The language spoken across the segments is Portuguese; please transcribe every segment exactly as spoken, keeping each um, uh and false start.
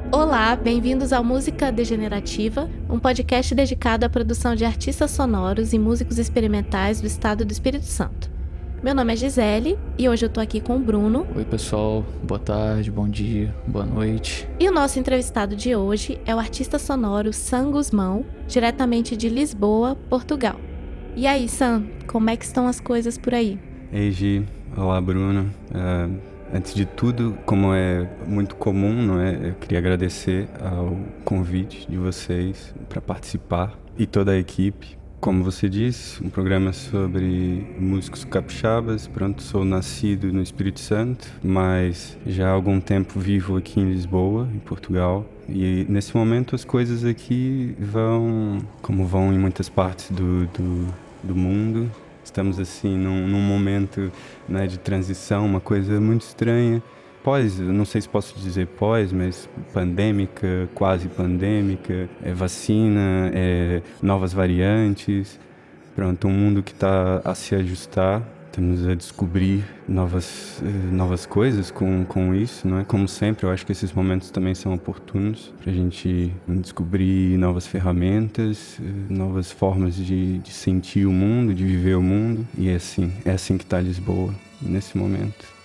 Olá, bem-vindos ao Música Degenerativa, um podcast dedicado à produção de artistas sonoros e músicos experimentais do estado do Espírito Santo. Meu nome é Gisele e hoje eu tô aqui com o Bruno. Oi pessoal, boa tarde, bom dia, boa noite. E o nosso entrevistado de hoje é o artista sonoro Sam Guzmão, diretamente de Lisboa, Portugal. E aí, Sam, como é que estão as coisas por aí? Ei, Gi. Olá, Bruno. Uh, antes de tudo, como é muito comum, não é? Eu queria agradecer ao convite de vocês para participar e toda a equipe. Como você disse, um programa sobre músicos capixabas. Pronto, sou nascido no Espírito Santo, mas já há algum tempo vivo aqui em Lisboa, em Portugal. E nesse momento as coisas aqui vão como vão em muitas partes do, do, do mundo. Estamos assim num, num momento, né, de transição, uma coisa muito estranha. Pós, não sei se posso dizer pós, mas pandêmica, quase pandêmica, é vacina, é novas variantes. Pronto, um mundo que está a se ajustar. Estamos a descobrir novas, novas coisas com, com isso, não é? Como sempre, eu acho que esses momentos também são oportunos para a gente descobrir novas ferramentas, novas formas de, de sentir o mundo, de viver o mundo. E é assim, é assim que está Lisboa, nesse momento.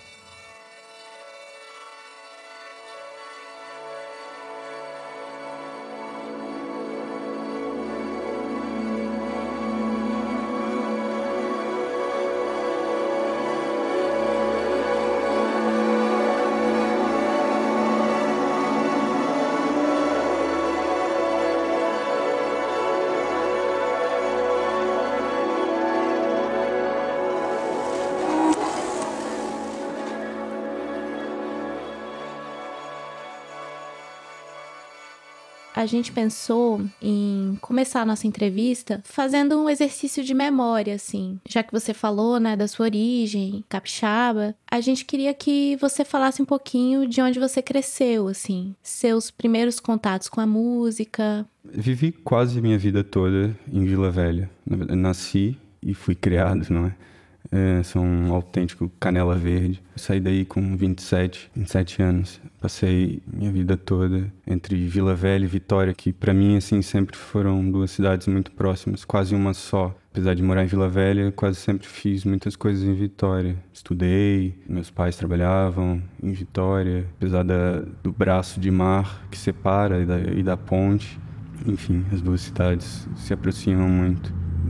A gente pensou em começar a nossa entrevista fazendo um exercício de memória, assim. Já que você falou, né, da sua origem, capixaba, a gente queria que você falasse um pouquinho de onde você cresceu, assim. Seus primeiros contatos com a música. Vivi quase minha vida toda em Vila Velha. Nasci e fui criado, não é? É, sou um autêntico canela verde. Eu saí daí com vinte e sete, vinte e sete anos. Passei minha vida toda entre Vila Velha e Vitória, que para mim assim sempre foram duas cidades muito próximas, quase uma só. Apesar de morar em Vila Velha, quase sempre fiz muitas coisas em Vitória. Estudei, meus pais trabalhavam em Vitória, apesar da, do braço de mar que separa e da, e da ponte. Enfim, as duas cidades se aproximam muito.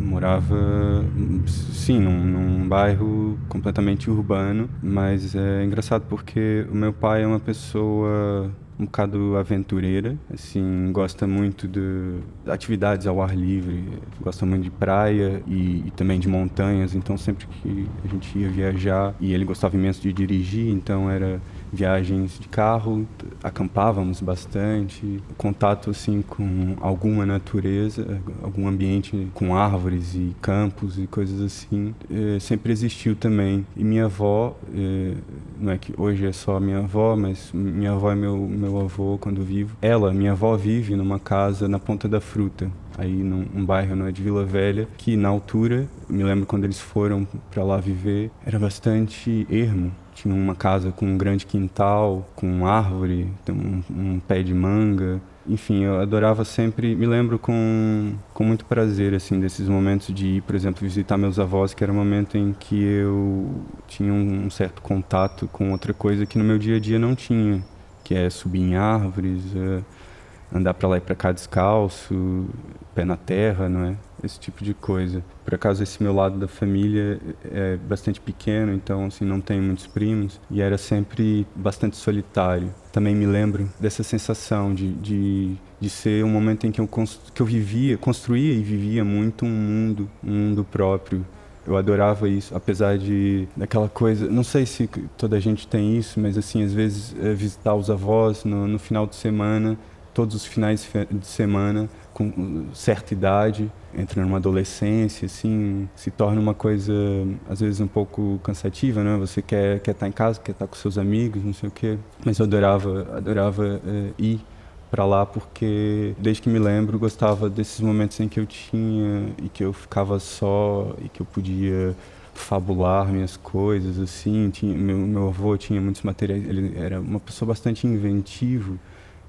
Morava, sim, num, num bairro completamente urbano, mas é engraçado porque o meu pai é uma pessoa um bocado aventureira, assim, gosta muito de atividades ao ar livre, gosta muito de praia e, e também de montanhas, então sempre que a gente ia viajar, e ele gostava imenso de dirigir, então era viagens de carro, acampávamos bastante, contato assim com alguma natureza, algum ambiente com árvores e campos e coisas assim, eh, sempre existiu também. E minha avó, eh, não é que hoje é só minha avó, mas minha avó é meu, meu avô quando vivo. Ela, minha avó, vive numa casa na Ponta da Fruta, aí num um bairro, não é, de Vila Velha, que na altura, me lembro quando eles foram para lá viver, era bastante ermo. Tinha uma casa com um grande quintal, com árvore, um, um pé de manga. Enfim, eu adorava sempre, me lembro com, com muito prazer, assim, desses momentos de ir, por exemplo, visitar meus avós, que era um momento em que eu tinha um, um certo contato com outra coisa que no meu dia a dia não tinha, que é subir em árvores, é, andar para lá e para cá descalço, pé na terra, não é? Esse tipo de coisa. Por acaso, esse meu lado da família é bastante pequeno, então, assim, não tenho muitos primos, e era sempre bastante solitário. Também me lembro dessa sensação de, de, de ser um momento em que eu, que eu vivia, construía e vivia muito um mundo, um mundo próprio. Eu adorava isso, apesar de daquela coisa, não sei se toda a gente tem isso, mas assim, às vezes é visitar os avós no, no final de semana, todos os finais de semana, com certa idade, entra numa adolescência, assim, se torna uma coisa, às vezes, um pouco cansativa, né? Você quer, quer estar em casa, quer estar com seus amigos, não sei o quê. Mas eu adorava, adorava é, ir para lá porque, desde que me lembro, gostava desses momentos em que eu tinha e que eu ficava só e que eu podia fabular minhas coisas, assim. Tinha, meu, meu avô tinha muitos materiais, ele era uma pessoa bastante inventiva.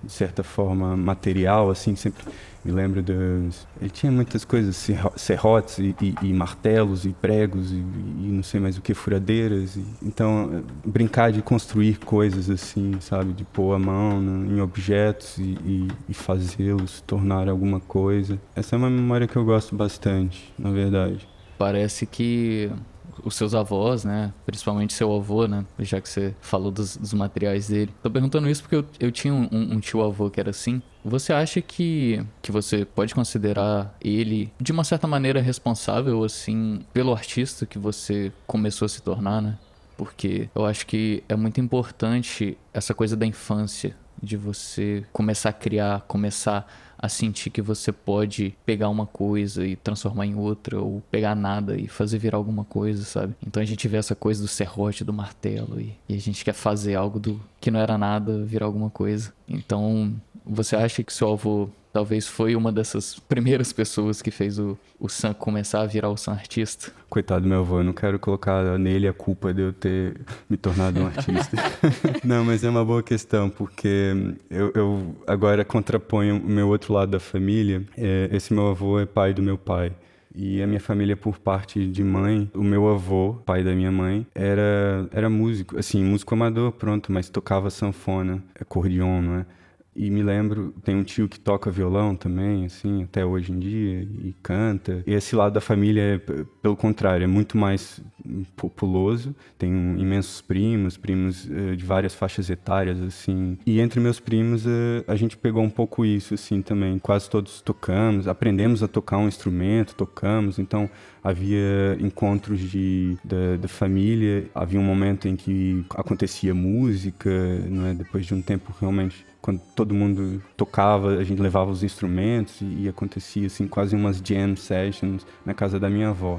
de certa forma, material, assim, sempre me lembro dos... Ele tinha muitas coisas, serro- serrotes e, e, e martelos e pregos e, e não sei mais o que, furadeiras. E, então, eh, brincar de construir coisas assim, sabe? De pôr a mão no- em objetos e, e, e fazê-los tornar alguma coisa. Essa é uma memória que eu gosto bastante, na verdade. Parece que os seus avós, né? Principalmente seu avô, né? Já que você falou dos, dos materiais dele. Tô perguntando isso porque eu, eu tinha um, um tio-avô que era assim. Você acha que, que você pode considerar ele, de uma certa maneira, responsável, assim, pelo artista que você começou a se tornar, né? Porque eu acho que é muito importante essa coisa da infância, de você começar a criar, começar a sentir que você pode pegar uma coisa e transformar em outra, ou pegar nada e fazer virar alguma coisa, sabe? Então a gente vê essa coisa do serrote, do martelo, e, e a gente quer fazer algo do que não era nada virar alguma coisa. Então, você acha que seu avô talvez foi uma dessas primeiras pessoas que fez o, o Sam começar a virar o Sam artista? Coitado do meu avô, eu não quero colocar nele a culpa de eu ter me tornado um artista. Não, mas é uma boa questão, porque eu, eu agora contraponho o meu outro lado da família. É, esse meu avô é pai do meu pai. E a minha família, por parte de mãe, o meu avô, pai da minha mãe, era, era músico, assim, músico amador, pronto, mas tocava sanfona, acordeon, não é? E me lembro, tem um tio que toca violão também, assim, até hoje em dia, e canta. E esse lado da família, é, p- pelo contrário, é muito mais populoso. Tenho imensos primos, primos eh, de várias faixas etárias, assim. E entre meus primos, eh, a gente pegou um pouco isso, assim, também. Quase todos tocamos, aprendemos a tocar um instrumento, tocamos. Então, havia encontros de, da, da família. Havia um momento em que acontecia música, não é? Depois de um tempo, realmente, quando todo mundo tocava, a gente levava os instrumentos e, e acontecia assim quase umas jam sessions na casa da minha avó.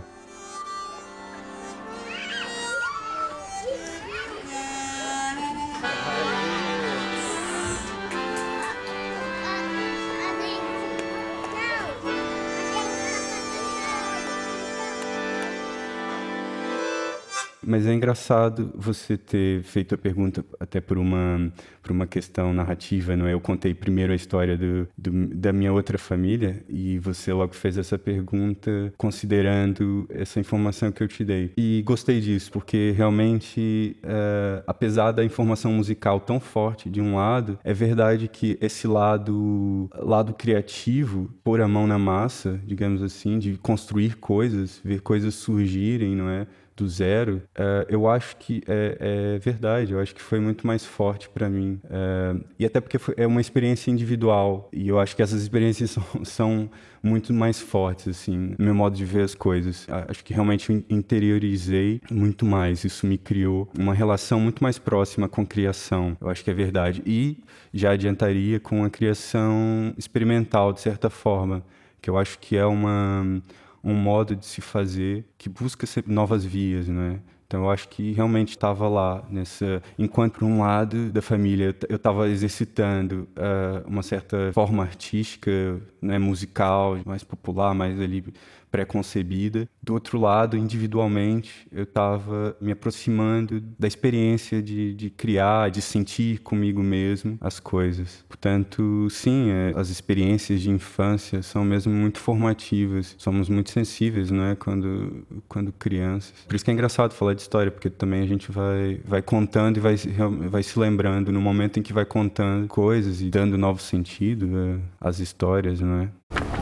Mas é engraçado você ter feito a pergunta até por uma, por uma questão narrativa, não é? Eu contei primeiro a história do, do, da minha outra família e você logo fez essa pergunta considerando essa informação que eu te dei. E gostei disso, porque realmente, é, apesar da informação musical tão forte de um lado, é verdade que esse lado, lado criativo, pôr a mão na massa, digamos assim, de construir coisas, ver coisas surgirem, não é? Do zero, uh, eu acho que é, é verdade, eu acho que foi muito mais forte para mim. Uh, e até porque foi, é uma experiência individual, e eu acho que essas experiências são, são muito mais fortes, assim, no meu modo de ver as coisas. Uh, acho que realmente eu interiorizei muito mais, isso me criou uma relação muito mais próxima com a criação, eu acho que é verdade. E já adiantaria com a criação experimental, de certa forma, que eu acho que é uma... um modo de se fazer que busca sempre novas vias, né? Então eu acho que realmente estava lá nessa, enquanto por um lado da família eu estava exercitando uh, uma certa forma artística, né, musical, mais popular, mais ali pré-concebida. Do outro lado, individualmente, eu estava me aproximando da experiência de, de criar, de sentir comigo mesmo as coisas. Portanto, sim, é, as experiências de infância são mesmo muito formativas. Somos muito sensíveis, não é, quando, quando crianças. Por isso que é engraçado falar de história, porque também a gente vai, vai contando e vai, vai se lembrando no momento em que vai contando coisas e dando novo sentido, é, às histórias, não é?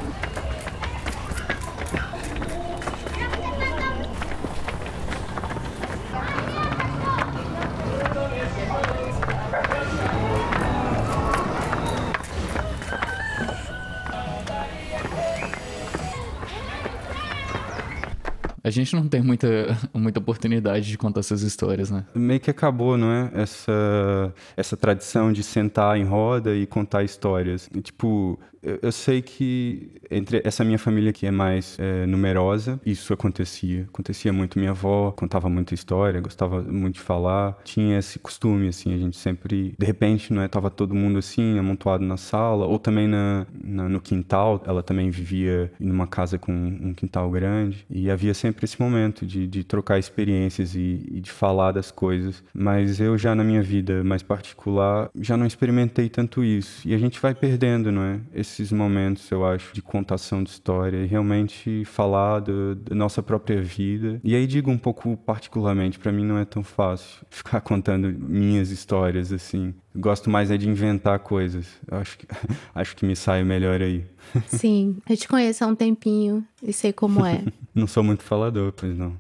A gente não tem muita, muita oportunidade de contar essas histórias, né? Meio que acabou, não é? Essa, essa tradição de sentar em roda e contar histórias. E, tipo, eu, eu sei que entre essa minha família que é mais é, numerosa, isso acontecia. Acontecia muito. Minha avó contava muita história, gostava muito de falar. Tinha esse costume, assim, a gente sempre... De repente, não é? Tava todo mundo, assim, amontoado na sala. Ou também na, na, no quintal. Ela também vivia numa casa com um quintal grande. E havia sempre sempre esse momento de, de trocar experiências e, e de falar das coisas. Mas eu já na minha vida mais particular, já não experimentei tanto isso. E a gente vai perdendo, não é? Esses momentos, eu acho, de contação de história e realmente falar do, da nossa própria vida. E aí digo um pouco particularmente, para mim não é tão fácil ficar contando minhas histórias, assim. Gosto mais é de inventar coisas. Eu acho que, acho que me sai melhor aí. Sim, eu te conheço há um tempinho e sei como é. Não sou muito falador, pois não.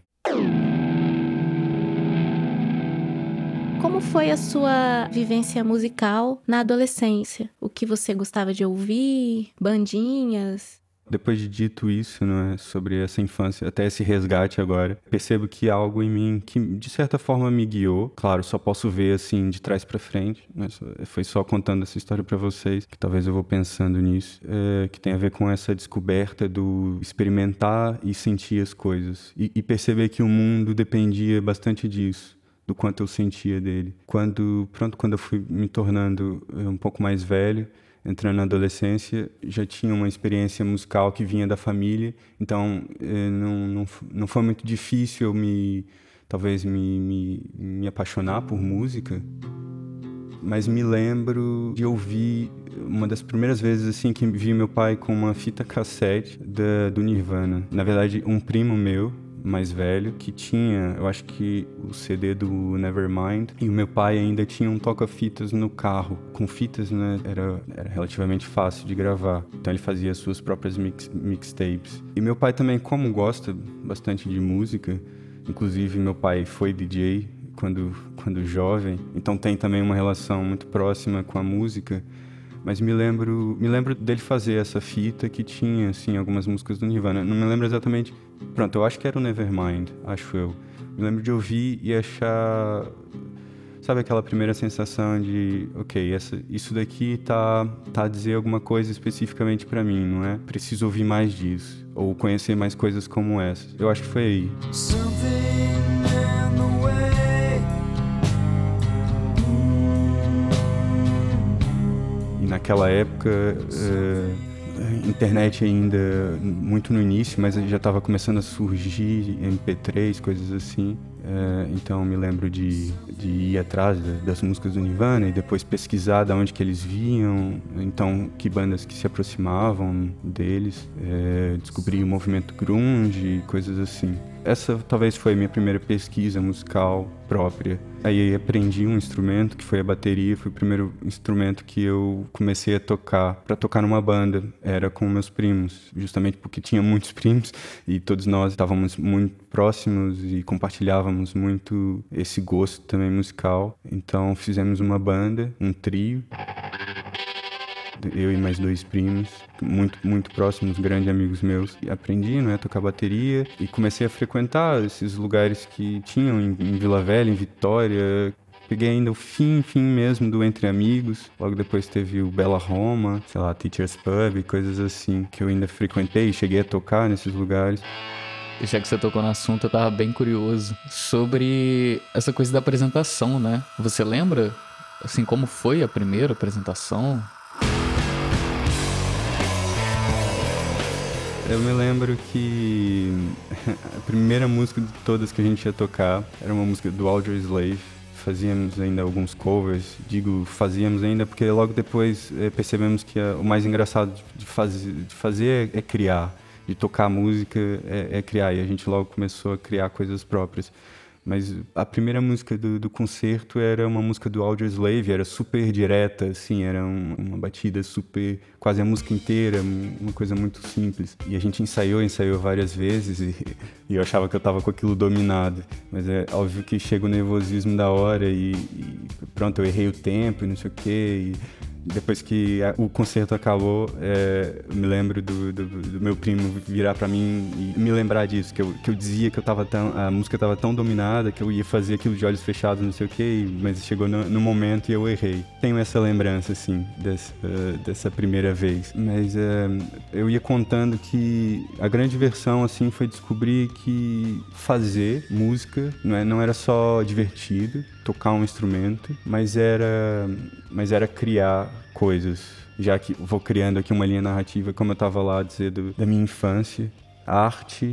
Como foi a sua vivência musical na adolescência? O que você gostava de ouvir? Bandinhas? Depois de dito isso, não é, sobre essa infância, até esse resgate agora, percebo que há algo em mim que, de certa forma, me guiou. Claro, só posso ver, assim, de trás pra frente. Né? Foi só contando essa história pra vocês, que talvez eu vou pensando nisso, é, que tem a ver com essa descoberta do experimentar e sentir as coisas. E, e perceber que o mundo dependia bastante disso, do quanto eu sentia dele. Quando, pronto, quando eu fui me tornando um pouco mais velho, entrando na adolescência, já tinha uma experiência musical que vinha da família, então eh, não, não, não foi muito difícil eu me, talvez me, me, me apaixonar por música, mas me lembro de ouvir uma das primeiras vezes assim que vi meu pai com uma fita cassete da, do Nirvana. Na verdade, um primo meu, mais velho, que tinha, eu acho que o C D do Nevermind, e o meu pai ainda tinha um toca-fitas no carro. Com fitas, né, era, era relativamente fácil de gravar. Então ele fazia as suas próprias mix, mixtapes. E meu pai também, como gosta bastante de música, inclusive meu pai foi D J quando, quando jovem, então tem também uma relação muito próxima com a música. Mas me lembro, me lembro dele fazer essa fita que tinha, assim, algumas músicas do Nirvana. Não me lembro exatamente. Pronto, eu acho que era o Nevermind, acho eu. Me lembro de ouvir e achar... Sabe aquela primeira sensação de... Ok, essa, isso daqui tá, tá a dizer alguma coisa especificamente pra mim, não é? Preciso ouvir mais disso. Ou conhecer mais coisas como essa. Eu acho que foi aí. Naquela época, uh, internet ainda muito no início, mas já estava começando a surgir M P três, coisas assim. Uh, então me lembro de, de ir atrás das músicas do Nirvana e depois pesquisar de onde que eles vinham, então que bandas que se aproximavam deles, uh, descobrir o movimento grunge, coisas assim. Essa talvez foi a minha primeira pesquisa musical própria. Aí aprendi um instrumento, que foi a bateria. Foi o primeiro instrumento que eu comecei a tocar, para tocar numa banda. Era com meus primos, justamente porque tinha muitos primos e todos nós estávamos muito próximos e compartilhávamos muito esse gosto também musical. Então fizemos uma banda, um trio. Eu e mais dois primos, muito, muito próximos, grandes amigos meus. E aprendi, né, a tocar bateria e comecei a frequentar esses lugares que tinham em, em Vila Velha, em Vitória. Peguei ainda o fim, fim mesmo do Entre Amigos. Logo depois teve o Bela Roma, sei lá, Teacher's Pub, coisas assim, que eu ainda frequentei e cheguei a tocar nesses lugares. Já que você tocou no assunto, eu tava bem curioso sobre essa coisa da apresentação, né? Você lembra, assim, como foi a primeira apresentação? Eu me lembro que a primeira música de todas que a gente ia tocar era uma música do Audioslave. Fazíamos ainda alguns covers, digo fazíamos ainda porque logo depois eh, percebemos que a, o mais engraçado de, faz, de fazer é, é criar, de tocar música é, é criar, e a gente logo começou a criar coisas próprias. Mas a primeira música do, do concerto era uma música do Audioslave, era super direta, assim, era um, uma batida super, quase a música inteira, uma coisa muito simples. E a gente ensaiou, ensaiou várias vezes e, e eu achava que eu tava com aquilo dominado. Mas é óbvio que chega o nervosismo da hora e, e pronto, eu errei o tempo e não sei o quê. E, depois que a, o concerto acabou, é, eu me lembro do, do, do meu primo virar pra mim e me lembrar disso, que eu, que eu dizia que eu tava tão, a música tava tão dominada que eu ia fazer aquilo de olhos fechados, não sei o quê, mas chegou no, no momento e eu errei. Tenho essa lembrança, assim, dessa, dessa primeira vez. Mas é, eu ia contando que a grande diversão, assim, foi descobrir que fazer música não, é, não era só divertido, tocar um instrumento, mas era, mas era criar coisas. Já que vou criando aqui uma linha narrativa, como eu estava lá a dizer, do, da minha infância. A arte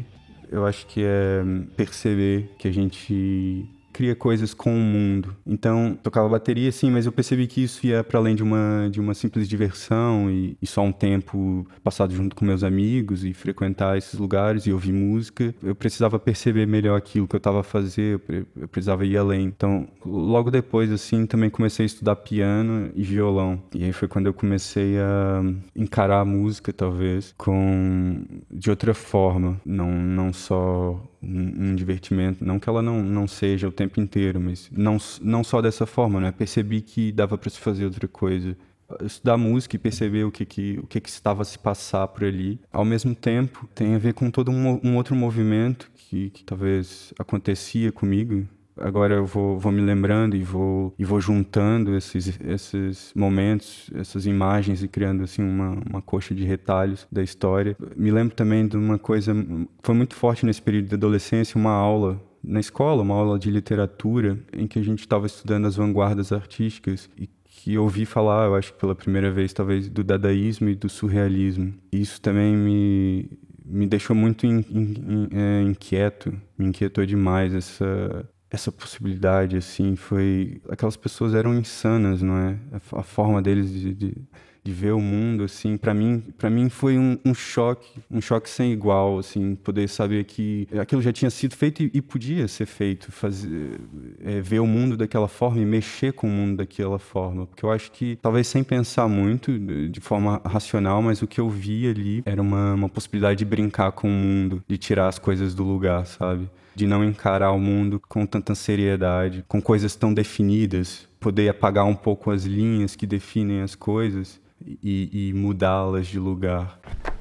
eu acho que é perceber que a gente cria coisas com o mundo. Então, tocava bateria, sim, mas eu percebi que isso ia para além de uma, de uma simples diversão e, e só um tempo passado junto com meus amigos e frequentar esses lugares e ouvir música. Eu precisava perceber melhor aquilo que eu estava a fazer, eu, pre- eu precisava ir além. Então, logo depois, assim, também comecei a estudar piano e violão. E aí foi quando eu comecei a encarar a música, talvez, com de outra forma, não, não só um, um divertimento, não que ela não, não seja o tempo inteiro, mas não, não só dessa forma, né? Percebi que dava para se fazer outra coisa. Estudar música e perceber o que que, o que que estava a se passar por ali. Ao mesmo tempo, tem a ver com todo um, um outro movimento que, que talvez acontecia comigo. Agora eu vou, vou me lembrando e vou, e vou juntando esses, esses momentos, essas imagens e criando assim uma, uma coxa de retalhos da história. Me lembro também de uma coisa que foi muito forte nesse período de adolescência, uma aula na escola, uma aula de literatura, em que a gente estava estudando as vanguardas artísticas e que eu ouvi falar, eu acho que pela primeira vez, talvez, do dadaísmo e do surrealismo. E isso também me, me deixou muito in, in, in, é, inquieto, me inquietou demais essa... essa possibilidade, assim, foi... Aquelas pessoas eram insanas, não é? A, a forma deles de, de, de ver o mundo, assim, para mim, para mim foi um, um choque, um choque sem igual, assim, poder saber que aquilo já tinha sido feito e, e podia ser feito, fazer, é, ver o mundo daquela forma e mexer com o mundo daquela forma, porque eu acho que, talvez sem pensar muito, de, de forma racional, mas o que eu vi ali era uma, uma possibilidade de brincar com o mundo, de tirar as coisas do lugar, sabe? De não encarar o mundo com tanta seriedade, com coisas tão definidas, poder apagar um pouco as linhas que definem as coisas e, e mudá-las de lugar.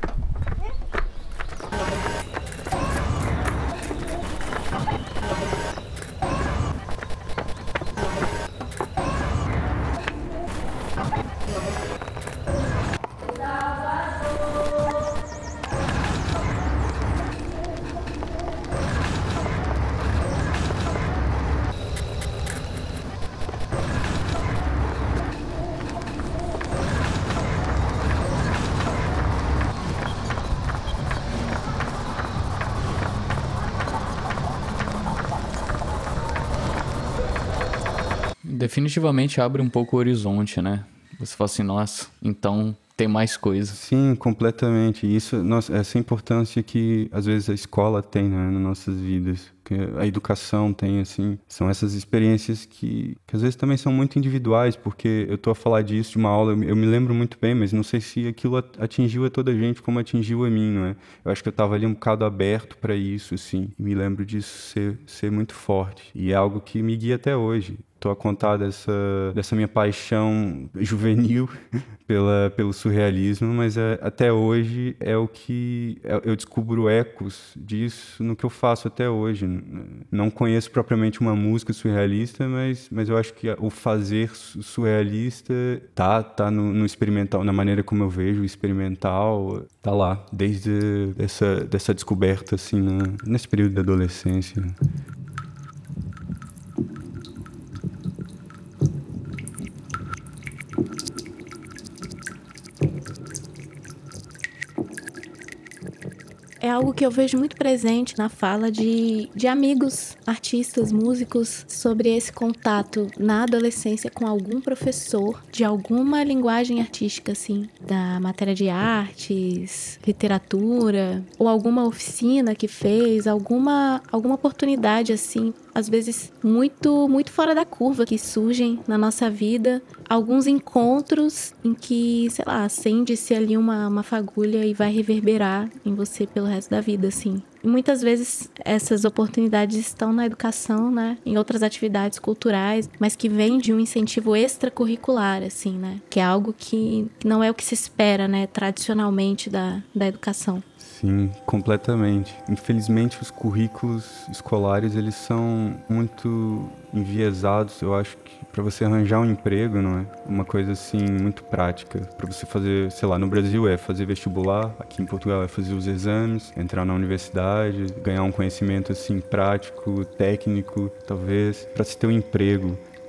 Definitivamente abre um pouco o horizonte, né? Você fala assim, nossa, então tem mais coisa. Sim, completamente. E isso, nossa, essa importância que às vezes a escola tem, né, nas nossas vidas, que a educação tem, assim, são essas experiências que, que às vezes também são muito individuais, porque eu tô a falar disso de uma aula, eu, eu me lembro muito bem, mas não sei se aquilo atingiu a toda a gente como atingiu a mim, não é? Eu acho que eu tava ali um bocado aberto para isso, assim, e me lembro disso ser, ser muito forte. E é algo que me guia até hoje. Estou a contar dessa, dessa minha paixão juvenil pela, pelo surrealismo, mas é, até hoje é o que é, eu descubro ecos disso no que eu faço até hoje. Não conheço propriamente uma música surrealista, mas, mas eu acho que o fazer surrealista tá, tá no, no experimental, na maneira como eu vejo o experimental, tá lá, desde essa, dessa descoberta, assim, na, nesse período da adolescência. É algo que eu vejo muito presente na fala de, de amigos, artistas, músicos, sobre esse contato na adolescência com algum professor de alguma linguagem artística, assim, da matéria de artes, literatura, ou alguma oficina que fez, alguma, alguma oportunidade, assim, às vezes muito, muito fora da curva que surgem na nossa vida, alguns encontros em que, sei lá, acende-se ali uma, uma fagulha e vai reverberar em você pelo resto da vida, assim. E muitas vezes essas oportunidades estão na educação, né? Em outras atividades culturais, mas que vêm de um incentivo extracurricular, assim, né? Que é algo que não é o que se espera, né? Tradicionalmente da, da educação. Sim, completamente. Infelizmente, os currículos escolares, eles são muito enviesados. Eu acho que para você arranjar um emprego, não é? Uma coisa, assim, muito prática. Para você fazer, sei lá, no Brasil é fazer vestibular, aqui em Portugal é fazer os exames, entrar na universidade, ganhar um conhecimento, assim, prático, técnico, talvez, para se ter um emprego.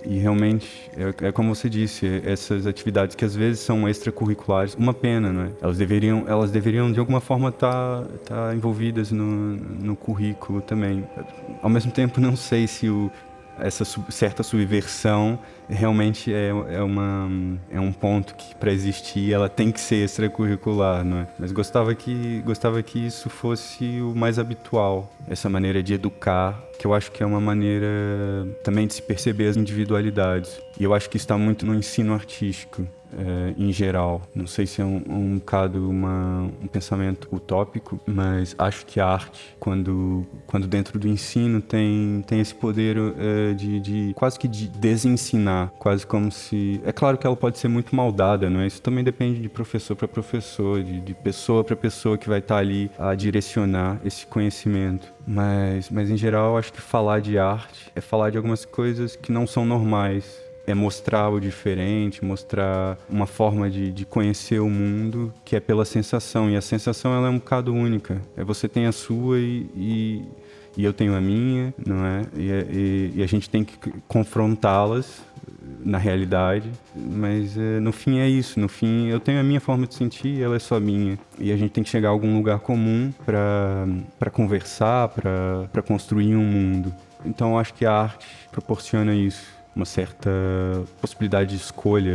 E realmente, é, é como você disse, essas atividades que às vezes são extracurriculares, uma pena, não é? Elas deveriam, elas deveriam de alguma forma estar tá, tá envolvidas no, no currículo também. Ao mesmo tempo, não sei se o, essa sub, certa subversão realmente é, é, uma, é um ponto que, para existir, ela tem que ser extracurricular, não é? Mas gostava que, gostava que isso fosse o mais habitual, essa maneira de educar, que eu acho que é uma maneira também de se perceber as individualidades. E eu acho que está muito no ensino artístico. É, em geral, não sei se é um, um bocado uma, um pensamento utópico, mas acho que a arte, quando, quando dentro do ensino tem, tem esse poder é, de, de quase que de desensinar, quase como se... É claro que ela pode ser muito maldada, não é? Isso também depende de professor para professor, de, de pessoa para pessoa que vai estar ali a direcionar esse conhecimento. Mas, mas em geral, acho que falar de arte é falar de algumas coisas que não são normais. É mostrar o diferente, mostrar uma forma de, de conhecer o mundo que é pela sensação. E a sensação, ela é um bocado única. É você tem a sua e, e, e eu tenho a minha, não é? E, e, e a gente tem que confrontá-las na realidade. Mas é, no fim é isso. No fim, eu tenho a minha forma de sentir e ela é só minha. E a gente tem que chegar a algum lugar comum para para conversar, para para construir um mundo. Então, eu acho que a arte proporciona isso. Uma certa possibilidade de escolha.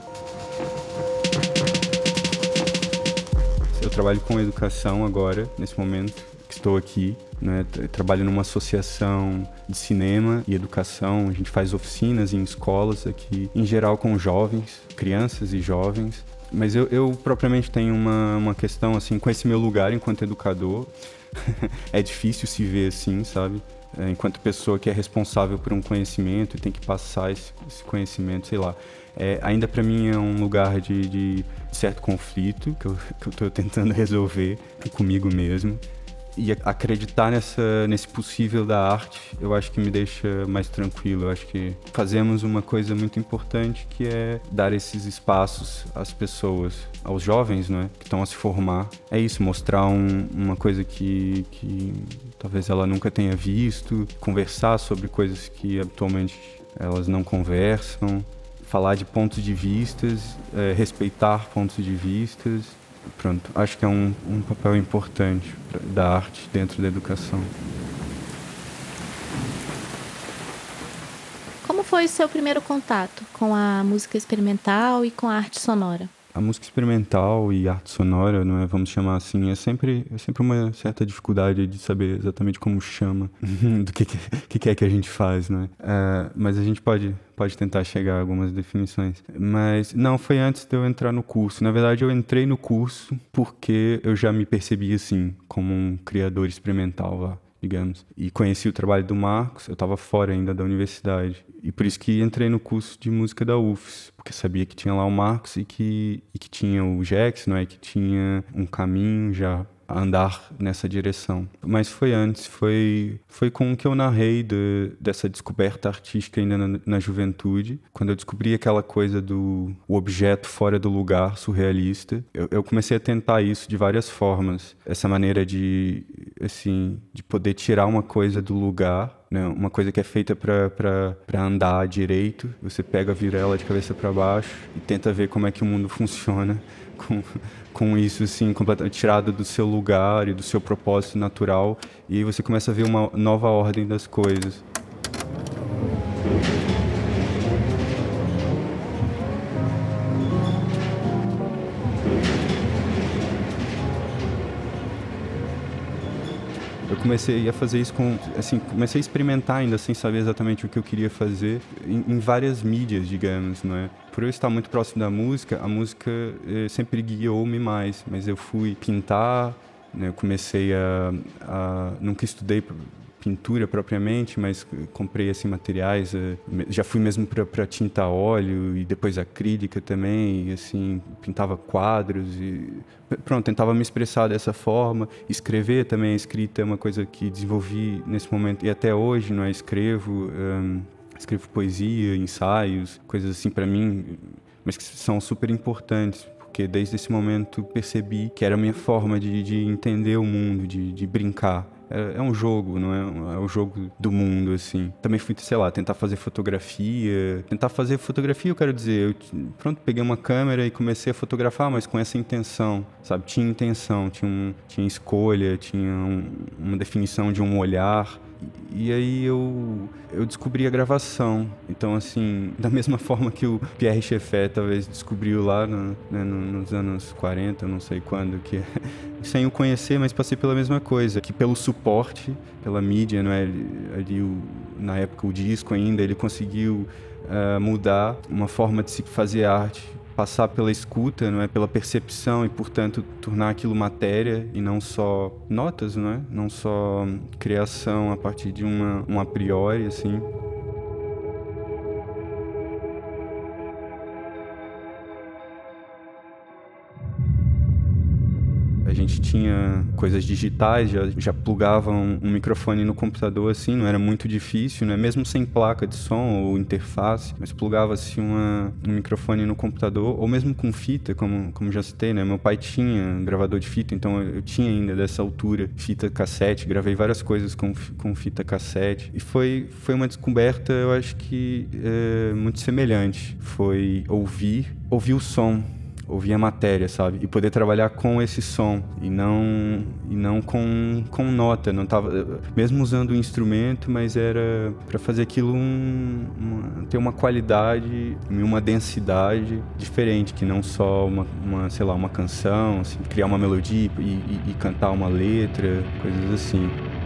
Eu trabalho com educação agora, nesse momento que estou aqui, né? Eu trabalho numa associação de cinema e educação. A gente faz oficinas em escolas aqui, em geral com jovens, crianças e jovens. Mas eu, eu propriamente tenho uma, uma questão assim, com esse meu lugar enquanto educador. É difícil se ver assim, sabe? Enquanto pessoa que é responsável por um conhecimento e tem que passar esse, esse conhecimento, sei lá. É, ainda para mim é um lugar de, de certo conflito que eu que eu tô tentando resolver comigo mesmo. E acreditar nessa, nesse possível da arte, eu acho que me deixa mais tranquilo. Eu acho que fazemos uma coisa muito importante, que é dar esses espaços às pessoas, aos jovens, não é? Que estão a se formar. É isso, mostrar um, uma coisa que, que talvez ela nunca tenha visto, conversar sobre coisas que habitualmente elas não conversam, falar de pontos de vistas, é, respeitar pontos de vistas. Pronto, acho que é um, um papel importante da arte dentro da educação. Como foi o seu primeiro contato com a música experimental e com a arte sonora? A música experimental e arte sonora, não é, vamos chamar assim, é sempre, é sempre uma certa dificuldade de saber exatamente como chama, do que, que, que é que a gente faz, não é? Uh, mas a gente pode, pode tentar chegar a algumas definições. Mas não, foi antes de eu entrar no curso. Na verdade, eu entrei no curso porque eu já me percebia assim, como um criador experimental lá, digamos. E conheci o trabalho do Marcos, eu estava fora ainda da universidade. E por isso que entrei no curso de música da U F S, porque sabia que tinha lá o Marcos e que, e que tinha o Jex, não é? Que tinha um caminho já a andar nessa direção. Mas foi antes, foi, foi com o que eu narrei de, dessa descoberta artística ainda na, na juventude, quando eu descobri aquela coisa do o objeto fora do lugar, surrealista. Eu, eu comecei a tentar isso de várias formas, essa maneira de, assim, de poder tirar uma coisa do lugar, né? Uma coisa que é feita para andar direito, você pega, vira ela de cabeça para baixo e tenta ver como é que o mundo funciona com, com isso assim, completamente tirado do seu lugar e do seu propósito natural, e aí você começa a ver uma nova ordem das coisas. Eu comecei a fazer isso com, assim, comecei a experimentar ainda sem saber exatamente o que eu queria fazer em, em várias mídias, digamos, não é? Por eu estar muito próximo da música, a música eh, sempre guiou-me mais, mas eu fui pintar, né? Eu comecei a, a... Nunca estudei pintura propriamente, mas comprei assim materiais, eh, já fui mesmo para tinta a óleo e depois acrílica também, e assim, pintava quadros e pronto, tentava me expressar dessa forma. Escrever também, a escrita é uma coisa que desenvolvi nesse momento e até hoje, não é? Escrevo, um, escrevo poesia, ensaios, coisas assim para mim, mas que são super importantes, porque desde esse momento percebi que era a minha forma de, de entender o mundo, de, de brincar. é, é um jogo, não é? É o jogo do mundo, assim. Também fui, sei lá, tentar fazer fotografia. Tentar fazer fotografia, eu quero dizer, eu, pronto, peguei uma câmera e comecei a fotografar, mas com essa intenção, sabe? Tinha intenção, tinha, um, tinha escolha, tinha um, uma definição de um olhar. E aí eu, eu descobri a gravação. Então, assim, da mesma forma que o Pierre Schaeffer talvez descobriu lá no, né, nos anos quarenta, não sei quando, que sem o conhecer, mas passei pela mesma coisa, que pelo suporte, pela mídia, não é? Ali, o, na época, o disco ainda, ele conseguiu uh, mudar uma forma de se fazer arte, passar pela escuta, não é, pela percepção e, portanto, tornar aquilo matéria e não só notas, não é? Não só criação a partir de uma, um a priori, assim. A gente tinha coisas digitais, já, já plugava um, um microfone no computador, assim, não era muito difícil, né? Mesmo sem placa de som ou interface, mas plugava-se uma, um microfone no computador, ou mesmo com fita, como, como já citei, né? Meu pai tinha um gravador de fita, então eu, eu tinha ainda dessa altura fita cassete, gravei várias coisas com, com fita cassete. E foi, foi uma descoberta, eu acho que é, muito semelhante. Foi ouvir, ouvir o som, ouvir a matéria, sabe? E poder trabalhar com esse som e não, e não com, com nota. Não tava, mesmo usando o instrumento, mas era para fazer aquilo um, uma, ter uma qualidade e uma densidade diferente, que não só uma, uma sei lá, uma canção, assim, criar uma melodia e, e, e cantar uma letra, coisas assim.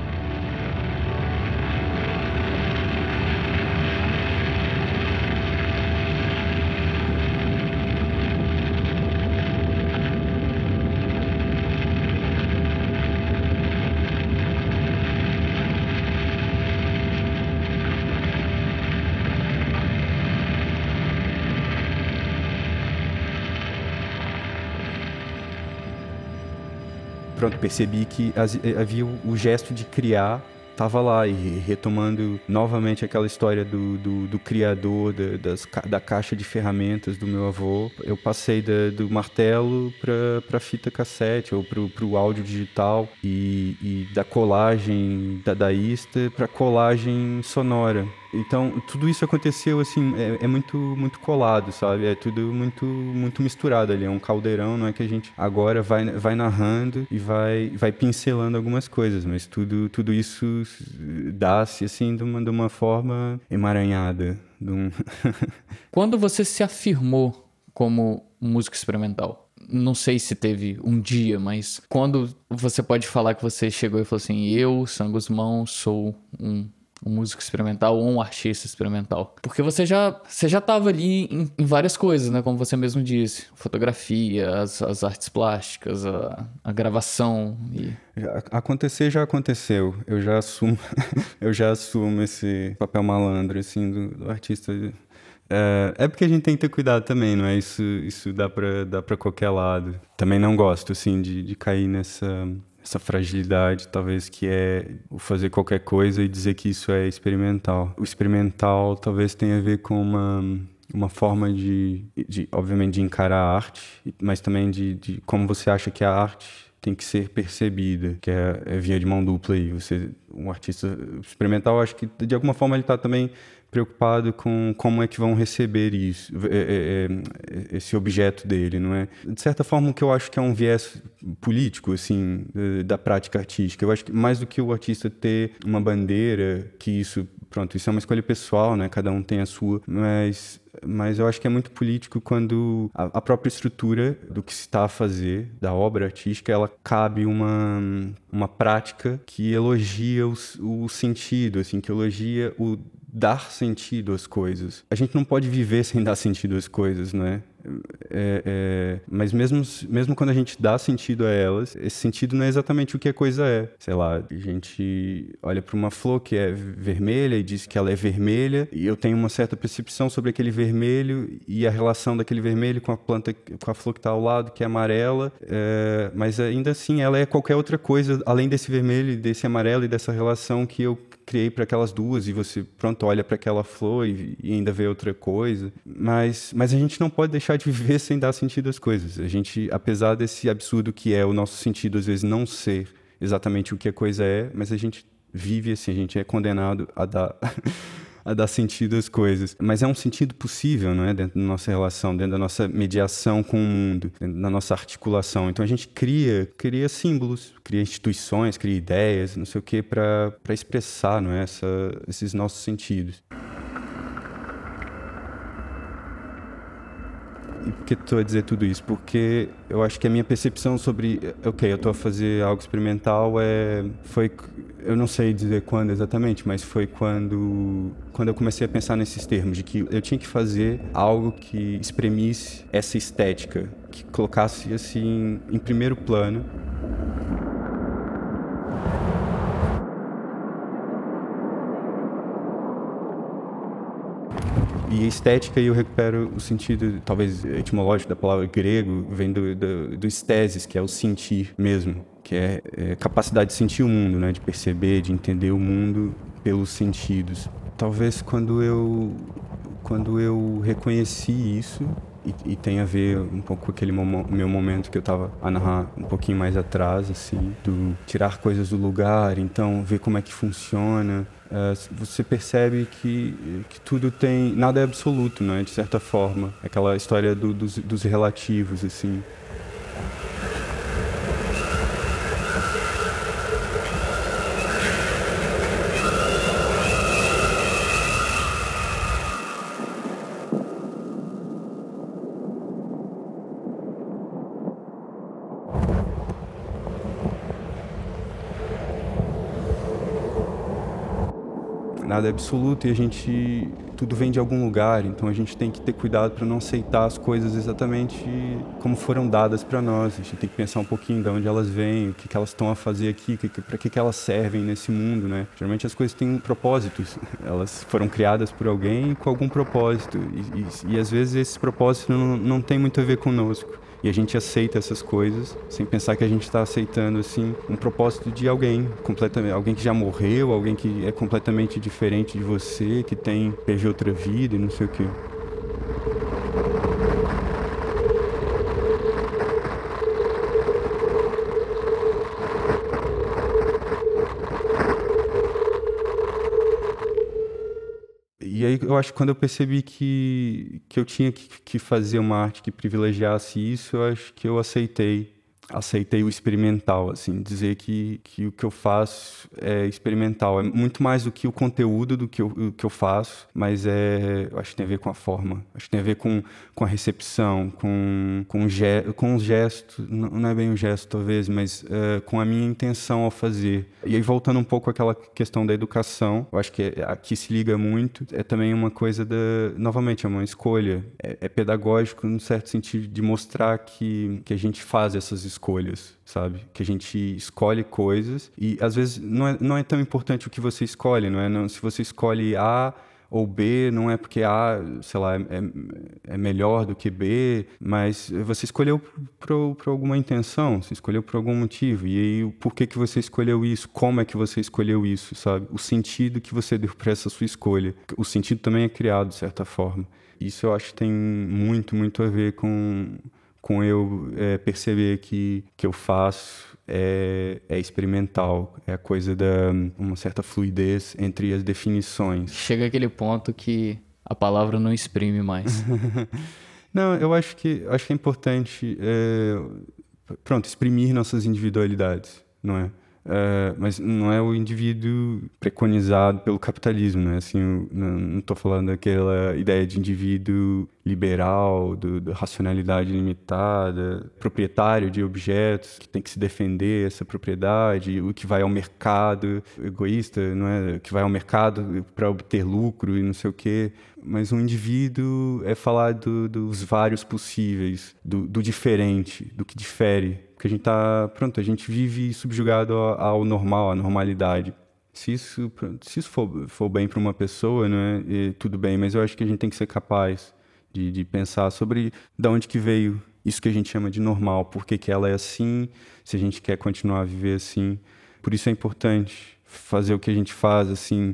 Pronto, percebi que havia o gesto de criar, estava lá, e retomando novamente aquela história do, do, do criador, da, das, da caixa de ferramentas do meu avô. Eu passei da, do martelo para a fita cassete, ou para o áudio digital, e, e da colagem dadaísta para colagem sonora. Então, tudo isso aconteceu, assim, é, é muito, muito colado, sabe? É tudo muito, muito misturado ali, é um caldeirão, não é que a gente agora vai, vai narrando e vai, vai pincelando algumas coisas, mas tudo, tudo isso dá-se, assim, de uma, de uma forma emaranhada. De um... Quando você se afirmou como músico experimental? Não sei se teve um dia, mas quando você pode falar que você chegou e falou assim, eu, Sam Guzmão, sou um... um músico experimental ou um artista experimental. Porque você já você já estava ali em, em várias coisas, né? Como você mesmo disse. Fotografia, as, as artes plásticas, a, a gravação. E... Já, acontecer já aconteceu. Eu já assumo, eu já assumo esse papel malandro, assim, do, do artista. É, é porque a gente tem que ter cuidado também, não é? Isso, isso dá pra, dá pra qualquer lado. Também não gosto, assim, de, de cair nessa... essa fragilidade, talvez, que é o fazer qualquer coisa e dizer que isso é experimental. O experimental talvez tenha a ver com uma, uma forma de, de, obviamente, de encarar a arte, mas também de, de como você acha que a arte tem que ser percebida, que é, é via de mão dupla aí. Você, um artista experimental, acho que, de alguma forma, ele está também preocupado com como é que vão receber isso, é, é, esse objeto dele, não é? De certa forma, o que eu acho que é um viés político, assim, da prática artística. Eu acho que mais do que o artista ter uma bandeira, que isso, pronto, isso é uma escolha pessoal, né? Cada um tem a sua, mas... mas eu acho que é muito político quando a, a própria estrutura do que se está a fazer, da obra artística, ela cabe uma, uma prática que elogia o, o sentido, assim, que elogia o dar sentido às coisas. A gente não pode viver sem dar sentido às coisas, não é? É, é, mas mesmo, mesmo quando a gente dá sentido a elas, esse sentido não é exatamente o que a coisa é. Sei lá, a gente olha para uma flor que é vermelha e diz que ela é vermelha, e eu tenho uma certa percepção sobre aquele vermelho e a relação daquele vermelho com a planta, com a flor que está ao lado, que é amarela, é, mas ainda assim ela é qualquer outra coisa além desse vermelho, desse amarelo e dessa relação que eu criei para aquelas duas, e você, pronto, olha para aquela flor e, e ainda vê outra coisa. Mas, mas a gente não pode deixar de viver sem dar sentido às coisas. A gente, apesar desse absurdo que é o nosso sentido, às vezes, não ser exatamente o que a coisa é, mas a gente vive assim, a gente é condenado a dar... a dar sentido às coisas. Mas é um sentido possível, não é? Dentro da nossa relação, dentro da nossa mediação com o mundo, dentro da nossa articulação. Então a gente cria, cria símbolos, cria instituições, cria ideias, não sei o quê, para para expressar, não é? Essa, esses nossos sentidos. E por que estou a dizer tudo isso? Porque eu acho que a minha percepção sobre, ok, eu estou a fazer algo experimental, é, foi, eu não sei dizer quando exatamente, mas foi quando, quando eu comecei a pensar nesses termos, de que eu tinha que fazer algo que espremisse essa estética, que colocasse assim em primeiro plano. E a estética, eu recupero o sentido, talvez etimológico da palavra grego, vem do, do, do estesis, que é o sentir mesmo, que é, é capacidade de sentir o mundo, né? De perceber, de entender o mundo pelos sentidos. Talvez quando eu, quando eu reconheci isso, e, e tem a ver um pouco com aquele momo, meu momento que eu estava a narrar um pouquinho mais atrás, assim, do tirar coisas do lugar, então ver como é que funciona. Uh, você percebe que, que tudo tem... Nada é absoluto, né? De certa forma. Aquela história do, dos, dos relativos, assim. Nada é absoluto e a gente... Tudo vem de algum lugar, então a gente tem que ter cuidado para não aceitar as coisas exatamente como foram dadas para nós. A gente tem que pensar um pouquinho de onde elas vêm, o que, que elas estão a fazer aqui, para que, que elas servem nesse mundo, né? Geralmente as coisas têm propósitos. Elas foram criadas por alguém com algum propósito. E, e, e às vezes esse propósito não, não tem muito a ver conosco. E a gente aceita essas coisas sem pensar que a gente está aceitando assim um propósito de alguém, completamente, alguém que já morreu, alguém que é completamente diferente de você, que tem teve outra vida e não sei o quê. E aí eu acho que quando eu percebi que, que eu tinha que, que fazer uma arte que privilegiasse isso, eu acho que eu aceitei, aceitei o experimental, assim, dizer que, que o que eu faço é experimental. É muito mais do que o conteúdo do que eu, o que eu faço, mas é, eu acho que tem a ver com a forma, acho que tem a ver com, com a recepção, com, com, ge, com os gestos, não, não é bem o gesto talvez, mas é, com a minha intenção ao fazer. E aí voltando um pouco àquela questão da educação, eu acho que é, aqui se liga muito, é também uma coisa da, novamente, é uma escolha, é, é pedagógico no certo sentido de mostrar que, que a gente faz essas escolhas. escolhas, sabe? Que a gente escolhe coisas e às vezes não é, não é tão importante o que você escolhe, não é? Não, se você escolhe A ou B, não é porque A, sei lá, é, é melhor do que B, mas você escolheu por, por alguma intenção, você escolheu por algum motivo. E aí, por que que você escolheu isso? Como é que você escolheu isso, sabe? O sentido que você deu para essa sua escolha. O sentido também é criado, de certa forma. Isso eu acho que tem muito, muito a ver com... com eu é, perceber que que eu faço é, é experimental, é a coisa da uma certa fluidez entre as definições. Chega aquele ponto que a palavra não exprime mais. Não, eu acho que acho que é importante, é, pronto, exprimir nossas individualidades, não é? Uh, mas não é o indivíduo preconizado pelo capitalismo, né? Assim, eu não estou falando daquela ideia de indivíduo liberal, do, da racionalidade limitada, proprietário de objetos, que tem que se defender essa propriedade, o que vai ao mercado, egoísta, não é? Que vai ao mercado para obter lucro e não sei o quê. Mas um indivíduo é falar do, dos vários possíveis, do, do diferente, do que difere. Porque a gente tá, pronto, a gente vive subjugado ao, ao normal, à normalidade. Se isso, se isso for, for bem para uma pessoa, não é? E tudo bem, mas eu acho que a gente tem que ser capaz de, de pensar sobre de onde que veio isso que a gente chama de normal, por que que ela é assim, se a gente quer continuar a viver assim. Por isso é importante fazer o que a gente faz, assim,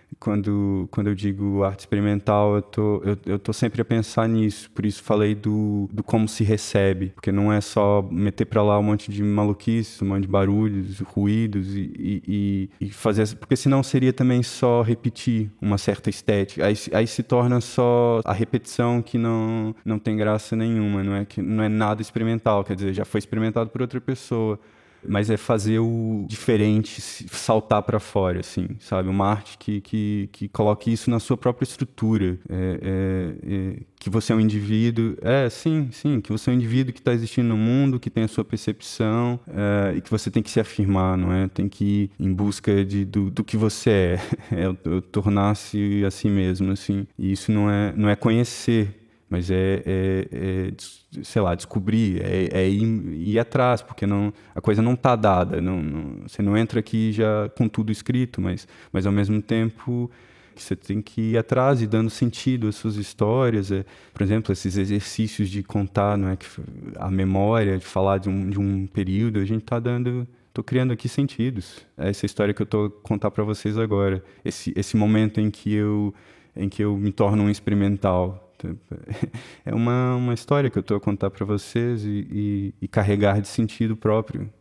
Quando, quando eu digo arte experimental, eu tô, eu, eu tô sempre a pensar nisso. Por isso falei do, do como se recebe. Porque não é só meter pra lá um monte de maluquices, um monte de barulhos, ruídos e, e, e fazer... Porque senão seria também só repetir uma certa estética. Aí, aí se torna só a repetição que não, não tem graça nenhuma. Não é, que, não é nada experimental. Quer dizer, já foi experimentado por outra pessoa. Mas é fazer o diferente saltar para fora, assim, sabe? Uma arte que, que, que coloque isso na sua própria estrutura. É, é, é, que você é um indivíduo... É, sim, sim. Que você é um indivíduo que está existindo no mundo, que tem a sua percepção, é, e que você tem que se afirmar, não é? Tem que ir em busca de, do, do que você é. É, é tornar-se a si mesmo, assim. E isso não é, não é conhecer, mas é, é, é, sei lá, descobrir, é, é ir, ir atrás, porque não, a coisa não está dada. Não, não, você não entra aqui já com tudo escrito, mas, mas ao mesmo tempo que você tem que ir atrás e dando sentido às suas histórias. É, por exemplo, esses exercícios de contar, não é, que a memória, de falar de um, de um período, a gente está dando... Estou criando aqui sentidos. É essa história que eu estou contar para vocês agora. Esse, esse momento em que eu, em que eu me torno um experimental. É uma, uma história que eu estou a contar para vocês e, e, e carregar de sentido próprio.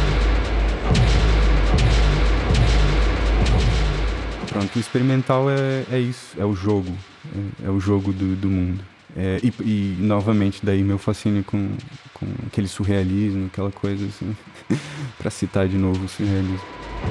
Pronto, o experimental é, é isso, é o jogo, é, é o jogo do, do mundo. É, e, e, novamente, daí meu fascínio com, com aquele surrealismo, aquela coisa assim, para citar de novo o surrealismo.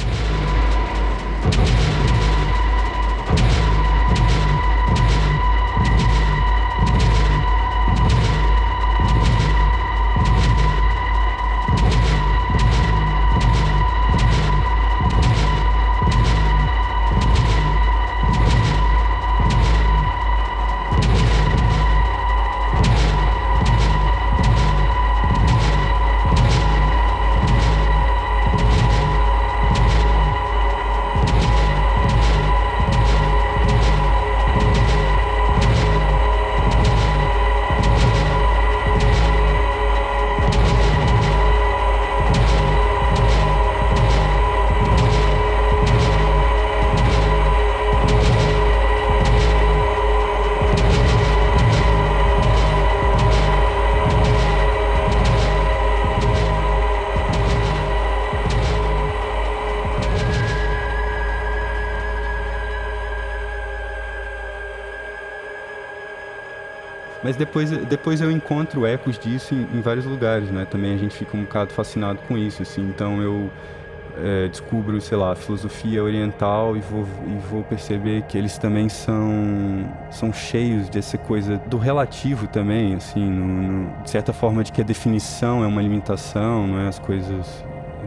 Mas depois, depois eu encontro ecos disso em, em vários lugares, né? Também a gente fica um bocado fascinado com isso, assim. Então eu é, descubro, sei lá, a filosofia oriental e vou, e vou perceber que eles também são, são cheios dessa coisa do relativo também, assim, no, no, de certa forma de que a definição é uma limitação, não é? As coisas...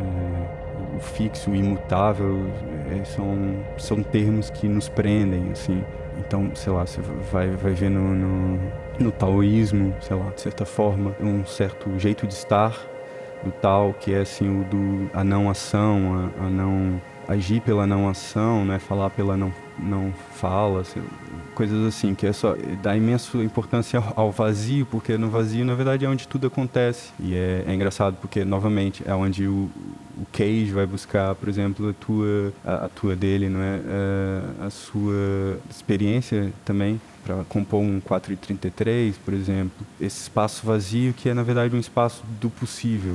É, o fixo, o imutável, é, são, são termos que nos prendem, assim. Então, sei lá, você vai, vai ver no, no, no taoísmo, sei lá, de certa forma, um certo jeito de estar do Tao, que é assim o do a não ação, a, a não agir pela não ação, né, falar pela não, não fala, sei, coisas assim, que é só dá imensa importância ao, ao vazio, porque no vazio, na verdade, é onde tudo acontece. E é, é engraçado porque, novamente, é onde o, o Cage vai buscar, por exemplo, a tua, a, a tua dele, não é? A, a sua experiência também, para compor um quatro e trinta e três, por exemplo. Esse espaço vazio que é, na verdade, um espaço do possível.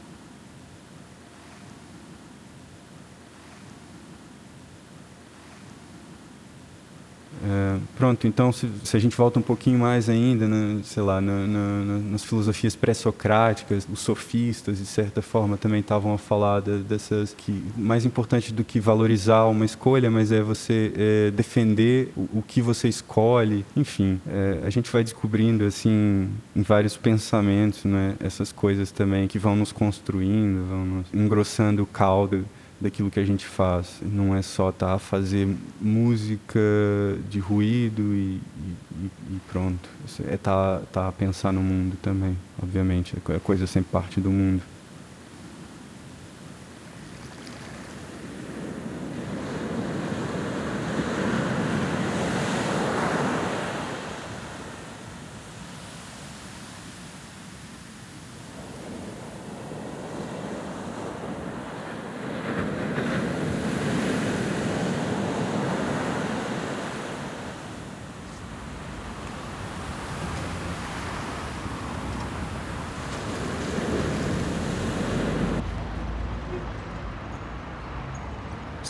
É, pronto, então se, se a gente volta um pouquinho mais ainda, né, sei lá, na, na, nas filosofias pré-socráticas, os sofistas, de certa forma, também estavam a falar de, dessas que mais importante do que valorizar uma escolha, mas é você é, defender o, o que você escolhe. Enfim, é, a gente vai descobrindo assim em vários pensamentos, né, essas coisas também que vão nos construindo, vão nos engrossando o caldo daquilo que a gente faz. Não é só tá a fazer música de ruído e, e, e pronto. É tá, tá a pensar no mundo também, obviamente. A coisa sempre parte do mundo.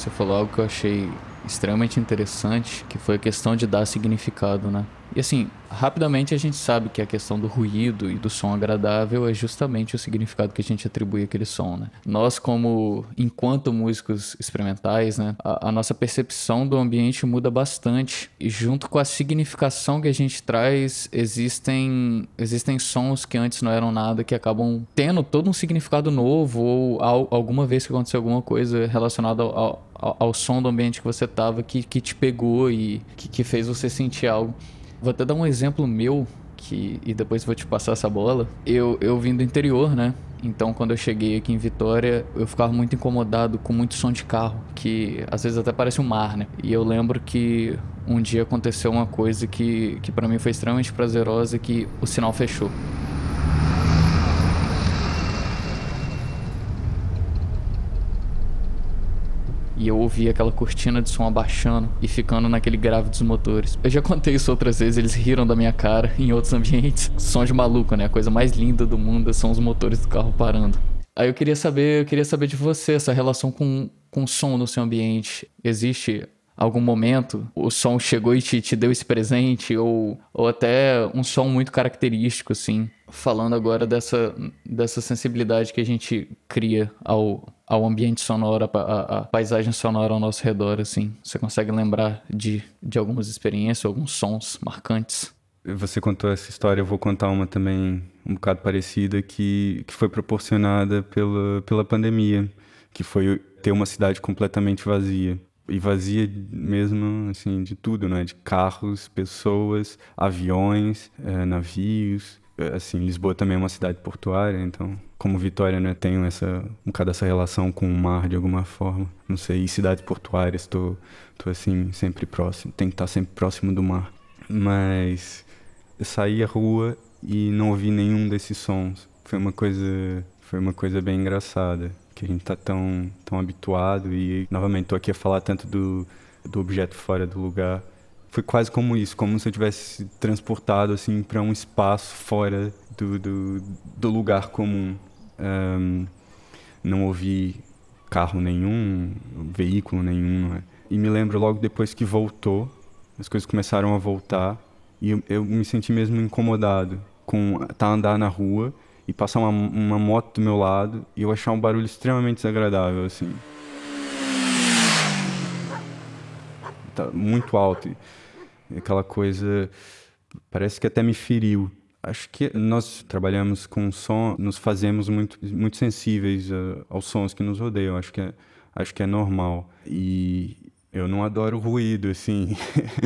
você falou algo que eu achei extremamente interessante, que foi a questão de dar significado, né? E assim, rapidamente a gente sabe que a questão do ruído e do som agradável é justamente o significado que a gente atribui àquele som, né? Nós, como, enquanto músicos experimentais, né, a, a nossa percepção do ambiente muda bastante, e junto com a significação que a gente traz, existem, existem sons que antes não eram nada, que acabam tendo todo um significado novo, ou ao, alguma vez que aconteceu alguma coisa relacionada ao, ao Ao, ao som do ambiente que você tava, que, que te pegou e que, que fez você sentir algo. Vou até dar um exemplo meu, que, e depois vou te passar essa bola. Eu, eu vim do interior, né? Então, quando eu cheguei aqui em Vitória, eu ficava muito incomodado com muito som de carro, que às vezes até parece um mar, né? E eu lembro que um dia aconteceu uma coisa que, que para mim foi extremamente prazerosa, que o sinal fechou. E eu ouvi aquela cortina de som abaixando e ficando naquele grave dos motores. Eu já contei isso outras vezes, eles riram da minha cara em outros ambientes. Som de maluco, né? A coisa mais linda do mundo são os motores do carro parando. Aí eu queria saber, eu queria saber de você, essa relação com, com o som no seu ambiente. Existe algum momento o som chegou e te, te deu esse presente? Ou, ou até um som muito característico, assim? Falando agora dessa, dessa sensibilidade que a gente cria ao... ao ambiente sonoro, a, a, a paisagem sonora ao nosso redor, assim. Você consegue lembrar de, de algumas experiências, alguns sons marcantes? Você contou essa história, eu vou contar uma também um bocado parecida, que, que foi proporcionada pela, pela pandemia, que foi ter uma cidade completamente vazia. E vazia mesmo, assim, de tudo, né? De carros, pessoas, aviões, é, navios. Assim, Lisboa também é uma cidade portuária, então, como Vitória, né, tenho essa, um bocado essa relação com o mar de alguma forma. Não sei, e cidades portuárias, estou assim, sempre próximo, tenho que estar sempre próximo do mar. Mas eu saí à rua e não ouvi nenhum desses sons. Foi uma coisa, foi uma coisa bem engraçada, que a gente está tão, tão habituado e, novamente, estou aqui a falar tanto do, do objeto fora do lugar. Foi quase como isso, como se eu tivesse transportado assim para um espaço fora do, do, do lugar comum. Um, não ouvi carro nenhum, veículo nenhum. Né? E me lembro logo depois que voltou, as coisas começaram a voltar e eu, eu me senti mesmo incomodado com estar andar na rua e passar uma, uma moto do meu lado e eu achar um barulho extremamente desagradável, assim. Tá muito alto. Aquela coisa, parece que até me feriu. Acho que nós trabalhamos com som, nos fazemos muito, muito sensíveis a, aos sons que nos rodeiam. Acho que é, acho que é normal. E eu não adoro ruído, assim,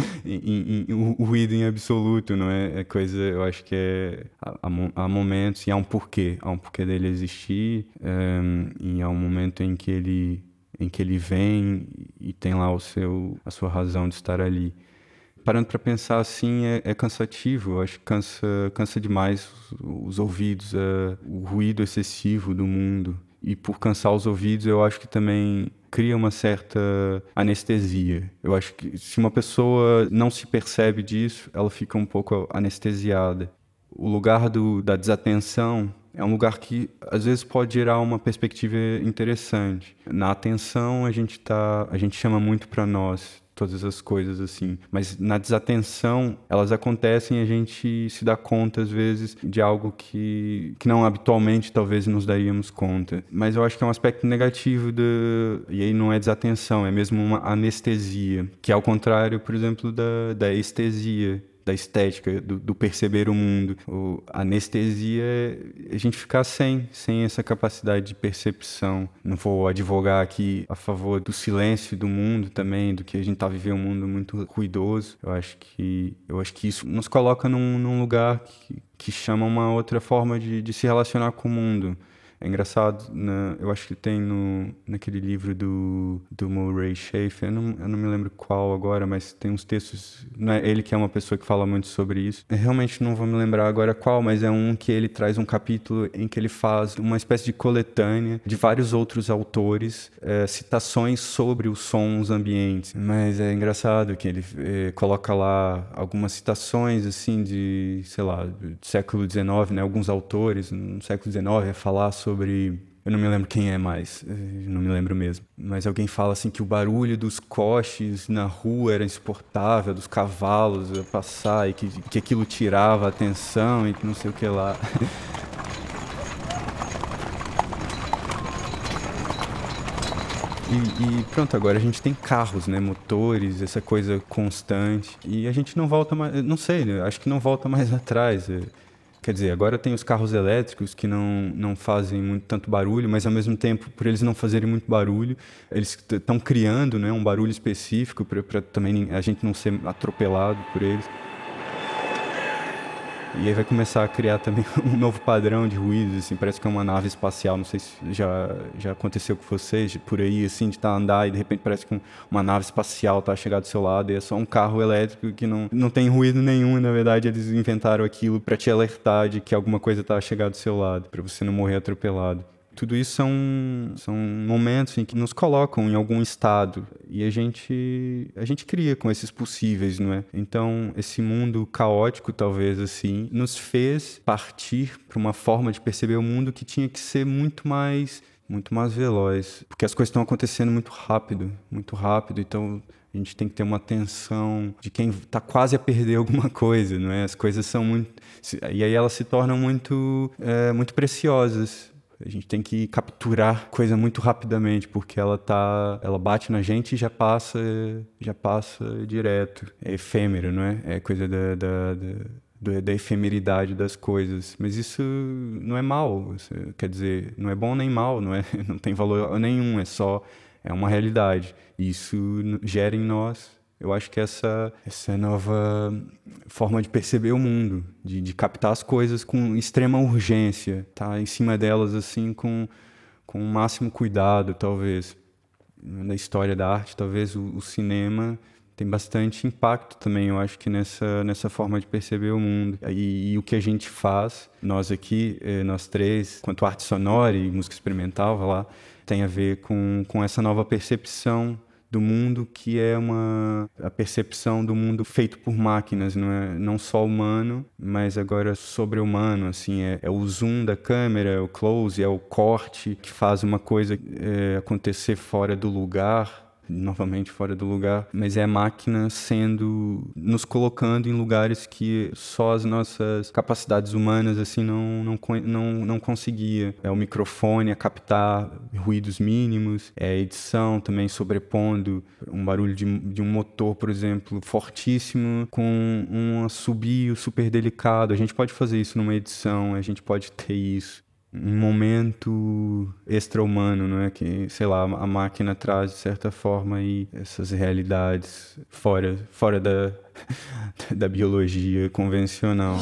em, em, o ruído em absoluto, não é? É coisa, eu acho que é, há, há momentos, e há um porquê, há um porquê dele existir, um, e há um momento em que ele, em que ele vem e tem lá o seu, a sua razão de estar ali. Parando para pensar assim, é, é cansativo. Eu acho que cansa, cansa demais os, os ouvidos, é, o ruído excessivo do mundo. E por cansar os ouvidos, eu acho que também cria uma certa anestesia. Eu acho que se uma pessoa não se percebe disso, ela fica um pouco anestesiada. O lugar do, da desatenção é um lugar que às vezes pode gerar uma perspectiva interessante. Na atenção, a gente, tá, a gente chama muito para nós todas as coisas assim, mas na desatenção elas acontecem e a gente se dá conta às vezes de algo que, que não habitualmente talvez nos daríamos conta, mas eu acho que é um aspecto negativo de, e aí não é desatenção, é mesmo uma anestesia, que é ao contrário, por exemplo, da, da estesia, da estética, do, do perceber o mundo. O, a anestesia é a gente ficar sem, sem essa capacidade de percepção. Não vou advogar aqui a favor do silêncio do mundo também, do que a gente está vivendo um mundo muito ruidoso. Eu acho que, eu acho que isso nos coloca num, num lugar que, que chama uma outra forma de, de se relacionar com o mundo. É engraçado, né? Eu acho que tem no, naquele livro do, do Murray Schafer, eu não, eu não me lembro qual agora, mas tem uns textos, não é ele que é uma pessoa que fala muito sobre isso. Eu realmente não vou me lembrar agora qual, mas é um que ele traz um capítulo em que ele faz uma espécie de coletânea de vários outros autores, é, citações sobre os sons ambientes. Mas é engraçado que ele é, coloca lá algumas citações, assim, de, sei lá, do século dezenove, né? Alguns autores no século dezenove a falar sobre sobre eu não me lembro quem é mais, não me lembro mesmo. Mas alguém fala assim que o barulho dos coches na rua era insuportável, dos cavalos a passar, e que, que aquilo tirava a atenção e que não sei o que lá. E, e pronto, agora a gente tem carros, né, motores, essa coisa constante. E a gente não volta mais, não sei, né, acho que não volta mais atrás. Quer dizer, agora tem os carros elétricos que não, não fazem muito, tanto barulho, mas ao mesmo tempo, por eles não fazerem muito barulho, eles estão criando, né, um barulho específico para também a gente não ser atropelado por eles. E aí vai começar a criar também um novo padrão de ruídos, assim, parece que é uma nave espacial, não sei se já, já aconteceu com vocês, por aí, assim, de estar tá andar e de repente parece que uma nave espacial está a chegar do seu lado e é só um carro elétrico que não, não tem ruído nenhum, e na verdade eles inventaram aquilo para te alertar de que alguma coisa está a chegar do seu lado, para você não morrer atropelado. Tudo isso são, são momentos em que nos colocam em algum estado e a gente, a gente cria com esses possíveis, não é? Então, esse mundo caótico, talvez assim, nos fez partir para uma forma de perceber o mundo que tinha que ser muito mais, muito mais veloz, porque as coisas estão acontecendo muito rápido, muito rápido, então a gente tem que ter uma atenção de quem está quase a perder alguma coisa, não é? As coisas são muito... E aí elas se tornam muito, é, muito preciosas. A gente tem que capturar coisa muito rapidamente, porque ela tá, ela bate na gente e já passa, já passa direto. É efêmero, não é? É coisa da, da, da, da efemeridade das coisas. Mas isso não é mal, quer dizer, não é bom nem mal, não é? Não tem valor nenhum, é só, é uma realidade. E isso gera em nós, eu acho que essa, essa nova forma de perceber o mundo, de, de captar as coisas com extrema urgência, tá em cima delas assim com, com o máximo cuidado, talvez. Na história da arte, talvez o, o cinema tem bastante impacto também, eu acho que nessa, nessa forma de perceber o mundo. E, e o que a gente faz, nós aqui, nós três, quanto arte sonora e música experimental, vai lá, tem a ver com, com essa nova percepção do mundo, que é uma a percepção do mundo feito por máquinas, não é não só humano, mas agora sobre-humano, assim, é, é o zoom da câmera, é o close, é o corte que faz uma coisa é, acontecer fora do lugar, novamente fora do lugar, mas é a máquina sendo, nos colocando em lugares que só as nossas capacidades humanas assim não, não, não, não conseguia. É o microfone a captar ruídos mínimos, é a edição também sobrepondo um barulho de, de um motor, por exemplo, fortíssimo, com um assobio super delicado. A gente pode fazer isso numa edição, a gente pode ter isso. Um momento extra-humano, não é? Que, sei lá, a máquina traz, de certa forma, aí essas realidades fora, fora da, da biologia convencional.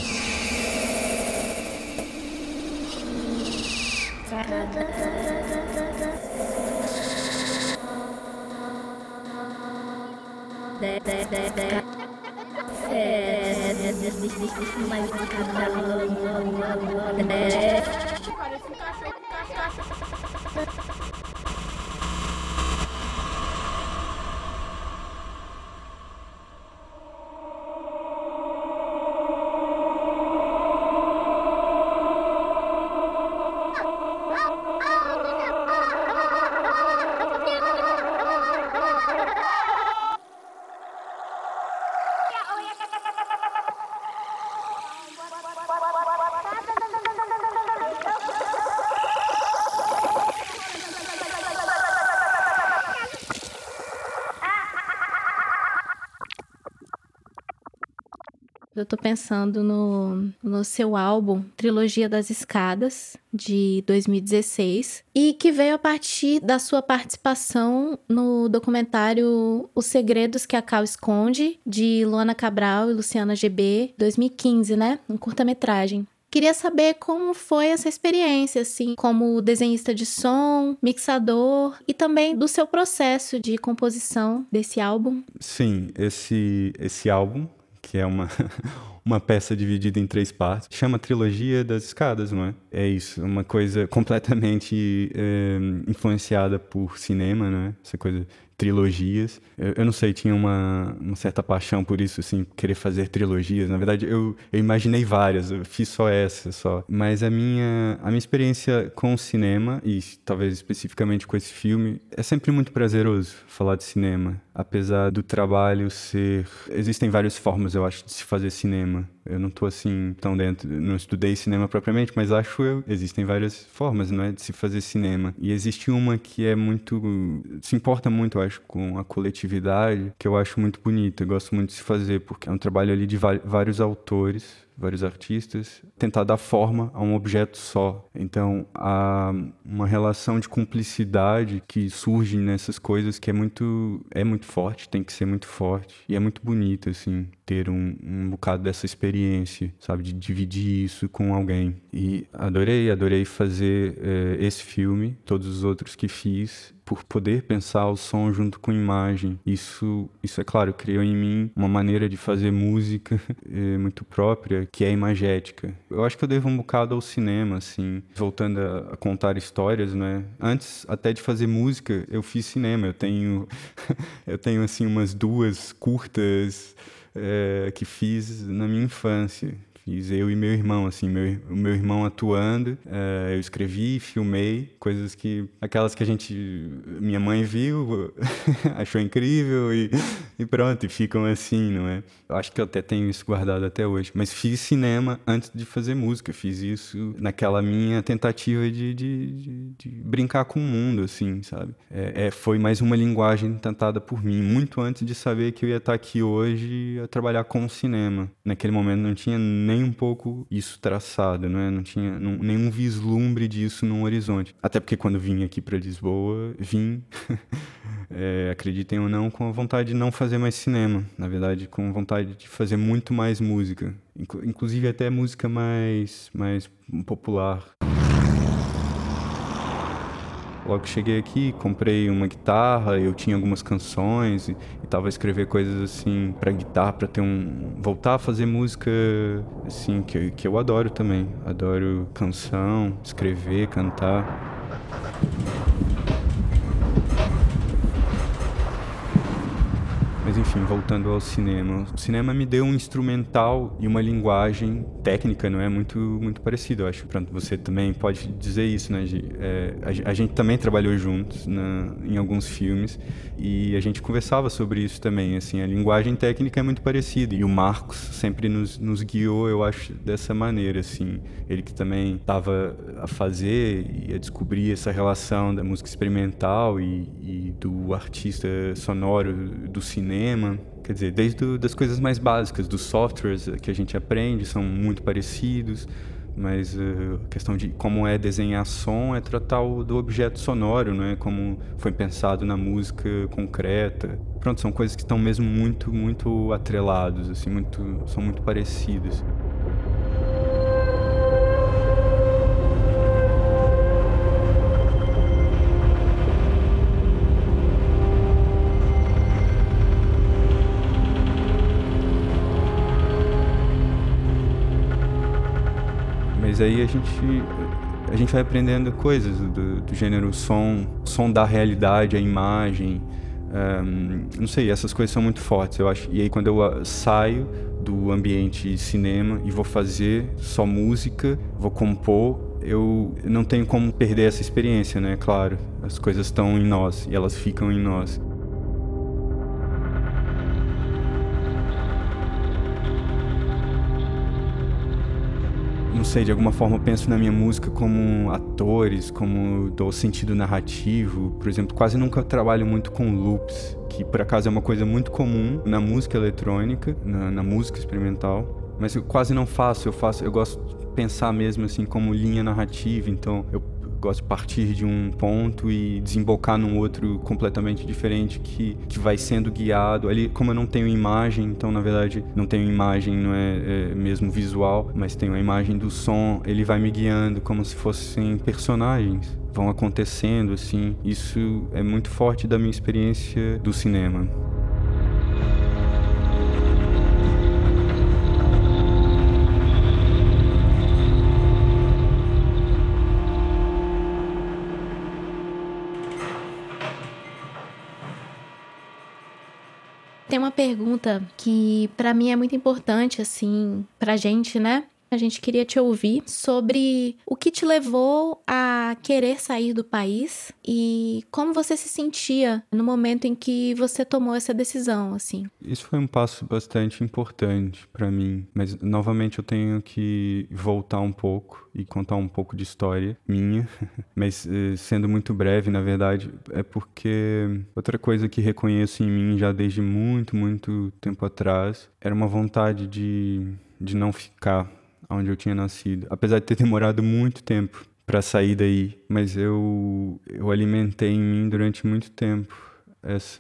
Parece um cachorro, cachorro. Eu tô pensando no, no seu álbum Trilogia das Escadas, de dois mil e dezesseis, e que veio a partir da sua participação no documentário Os Segredos que a Cal Esconde, de Luana Cabral e Luciana G B, dois mil e quinze, né? Um curta-metragem. Queria saber como foi essa experiência, assim, como desenhista de som, mixador e também do seu processo de composição desse álbum. Sim, esse, esse álbum, que é uma, uma peça dividida em três partes. Chama Trilogia das Escadas, não é? É isso, uma coisa completamente é, influenciada por cinema, não é? Essa coisa... trilogias. Eu, eu não sei, tinha uma, uma certa paixão por isso, assim, querer fazer trilogias. Na verdade, eu, eu imaginei várias, eu fiz só essa, só. Mas a minha, a minha experiência com o cinema, e talvez especificamente com esse filme, é sempre muito prazeroso falar de cinema. Apesar do trabalho ser... Existem várias formas, eu acho, de se fazer cinema. Eu não tô assim tão dentro, não estudei cinema propriamente, mas acho eu, existem várias formas, não é, de se fazer cinema. E existe uma que é muito, se importa muito, eu acho, com a coletividade, que eu acho muito bonita, eu gosto muito de se fazer, porque é um trabalho ali de vários autores, vários artistas, tentar dar forma a um objeto só. Então, há uma relação de cumplicidade que surge nessas coisas que é muito, é muito forte, tem que ser muito forte. E é muito bonito, assim, ter um, um bocado dessa experiência, sabe? De dividir isso com alguém. E adorei, adorei fazer eh, esse filme, todos os outros que fiz, por poder pensar o som junto com a imagem. Isso, isso é claro, criou em mim uma maneira de fazer música eh, muito própria, que é a imagética. Eu acho que eu devo um bocado ao cinema, assim, voltando a, a contar histórias, né? Antes até de fazer música, eu fiz cinema. Eu tenho, eu tenho assim, umas duas curtas eh, que fiz na minha infância. Fiz eu e meu irmão, assim, meu, o meu irmão atuando, uh, eu escrevi, filmei, coisas que, aquelas que a gente, minha mãe viu, achou incrível e, e pronto, e ficam assim, não é? Eu acho que eu até tenho isso guardado até hoje, mas fiz cinema antes de fazer música, fiz isso naquela minha tentativa de, de, de, de brincar com o mundo, assim, sabe? É, é, foi mais uma linguagem tentada por mim, muito antes de saber que eu ia estar aqui hoje a trabalhar com o cinema. Naquele momento não tinha nem um pouco isso traçado, não é? Não tinha não, nenhum vislumbre disso no horizonte. Até porque quando vim aqui para Lisboa, vim, é, acreditem ou não, com a vontade de não fazer mais cinema. Na verdade, com vontade de fazer muito mais música. Inclusive até música mais, mais popular. Logo que cheguei aqui, comprei uma guitarra, eu tinha algumas canções e, e tava a escrever coisas assim pra guitarra, pra ter um... voltar a fazer música, assim, que, que eu adoro também. Adoro canção, escrever, cantar. Mas enfim, voltando ao cinema. O cinema me deu um instrumental e uma linguagem técnica, não é? Muito, muito parecido, eu acho. Pronto, você também pode dizer isso, né? É, a, a gente também trabalhou juntos na, em alguns filmes e a gente conversava sobre isso também, assim. A linguagem técnica é muito parecida e o Marcos sempre nos, nos guiou, eu acho, dessa maneira, assim. Ele que também estava a fazer e a descobrir essa relação da música experimental e, e do artista sonoro do cinema. Quer dizer, desde do, das coisas mais básicas, dos softwares que a gente aprende, são muito parecidos, mas uh, a questão de como é desenhar som é tratar o, do objeto sonoro, não é? Como foi pensado na música concreta. Pronto, são coisas que estão mesmo muito, muito atrelados, assim, muito, são muito parecidas. Mas aí a gente, a gente vai aprendendo coisas do, do gênero som, som da realidade, a imagem, um, não sei, essas coisas são muito fortes, eu acho. E aí quando eu saio do ambiente cinema e vou fazer só música, vou compor, eu não tenho como perder essa experiência, né? Claro, as coisas estão em nós e elas ficam em nós. Não sei, de alguma forma eu penso na minha música como atores, como dou sentido narrativo. Por exemplo, quase nunca trabalho muito com loops, que por acaso é uma coisa muito comum na música eletrônica, na, na música experimental. Mas eu quase não faço, eu faço, eu gosto de pensar mesmo assim como linha narrativa, então eu gosto de partir de um ponto e desembocar num outro completamente diferente que, que vai sendo guiado. Ali, como eu não tenho imagem, então na verdade não tenho imagem, não é, é mesmo visual, mas tenho a imagem do som, ele vai me guiando como se fossem personagens. Vão acontecendo, assim. Isso é muito forte da minha experiência do cinema. Tem uma pergunta que pra mim é muito importante, assim, pra gente, né? A gente queria te ouvir sobre o que te levou a querer sair do país e como você se sentia no momento em que você tomou essa decisão, assim. Isso foi um passo bastante importante para mim, mas novamente eu tenho que voltar um pouco e contar um pouco de história minha, mas eh, sendo muito breve, na verdade, é porque outra coisa que reconheço em mim já desde muito, muito tempo atrás era uma vontade de, de não ficar onde eu tinha nascido, apesar de ter demorado muito tempo para sair daí, mas eu, eu alimentei em mim durante muito tempo essa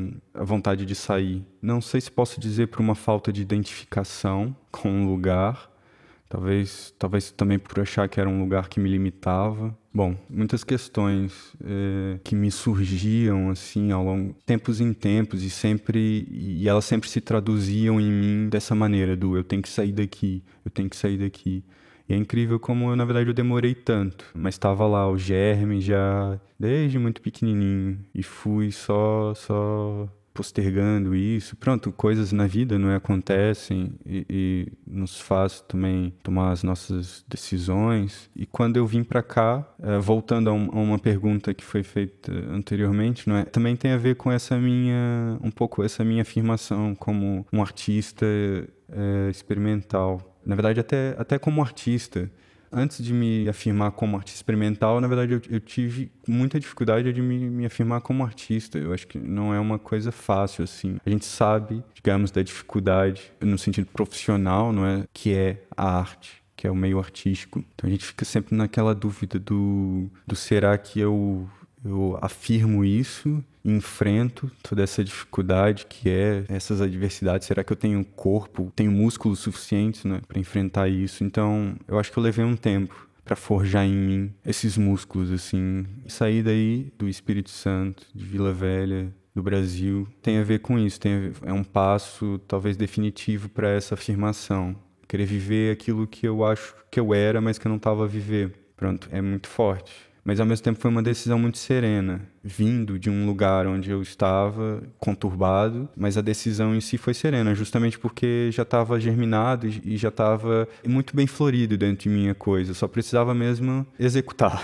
a vontade de sair. Não sei se posso dizer por uma falta de identificação com um lugar, talvez, talvez também por achar que era um lugar que me limitava. Bom, muitas questões é, que me surgiam assim ao longo, tempos em tempos, e sempre e elas sempre se traduziam em mim dessa maneira, do eu tenho que sair daqui, eu tenho que sair daqui. E é incrível como, na verdade, eu demorei tanto, mas estava lá o germe já desde muito pequenininho e fui só só postergando isso. Pronto, coisas na vida não é, acontecem e, e nos faz também tomar as nossas decisões. E quando eu vim para cá, eh, voltando a, um, a uma pergunta que foi feita anteriormente, não é? Também tem a ver com essa minha, um pouco essa minha afirmação como um artista eh, experimental. Na verdade, até, até como artista. Antes de me afirmar como artista experimental, na verdade, eu, eu tive muita dificuldade de me, me afirmar como artista. Eu acho que não é uma coisa fácil, assim. A gente sabe, digamos, da dificuldade no sentido profissional, não é? Que é a arte, que é o meio artístico. Então, a gente fica sempre naquela dúvida do, do será que eu... eu afirmo isso, enfrento toda essa dificuldade que é essas adversidades. Será que eu tenho corpo, tenho músculos suficientes, né, para enfrentar isso? Então, eu acho que eu levei um tempo para forjar em mim esses músculos, assim. E sair daí do Espírito Santo, de Vila Velha, do Brasil, tem a ver com isso. Tem a ver, é um passo, talvez, definitivo para essa afirmação. Querer viver aquilo que eu acho que eu era, mas que eu não estava a viver. Pronto, é muito forte. Mas, ao mesmo tempo, foi uma decisão muito serena, vindo de um lugar onde eu estava conturbado, mas a decisão em si foi serena, justamente porque já estava germinado e já estava muito bem florido dentro de mim a coisa, só precisava mesmo executar.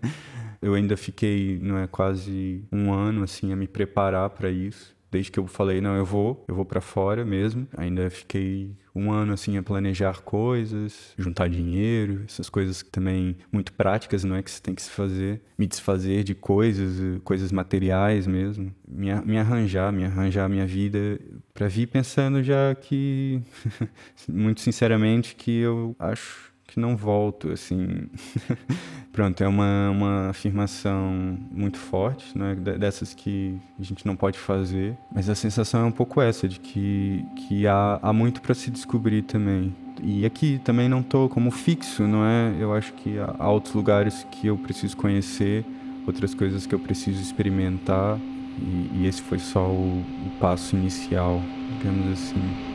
Eu ainda fiquei, não é, quase um ano assim, a me preparar para isso. Desde que eu falei, não, eu vou, eu vou pra fora mesmo. Ainda fiquei um ano, assim, a planejar coisas, juntar dinheiro, essas coisas também muito práticas, não é, que você tem que se fazer. Me desfazer de coisas, coisas materiais mesmo. Me, me arranjar, me arranjar a minha vida pra vir pensando já que, muito sinceramente, que eu acho que não volto, assim. Pronto, é uma, uma afirmação muito forte, né? Dessas que a gente não pode fazer. Mas a sensação é um pouco essa, de que, que há, há muito para se descobrir também. E aqui também não estou como fixo, não é? Eu acho que há outros lugares que eu preciso conhecer, outras coisas que eu preciso experimentar. E, e esse foi só o, o passo inicial, digamos assim.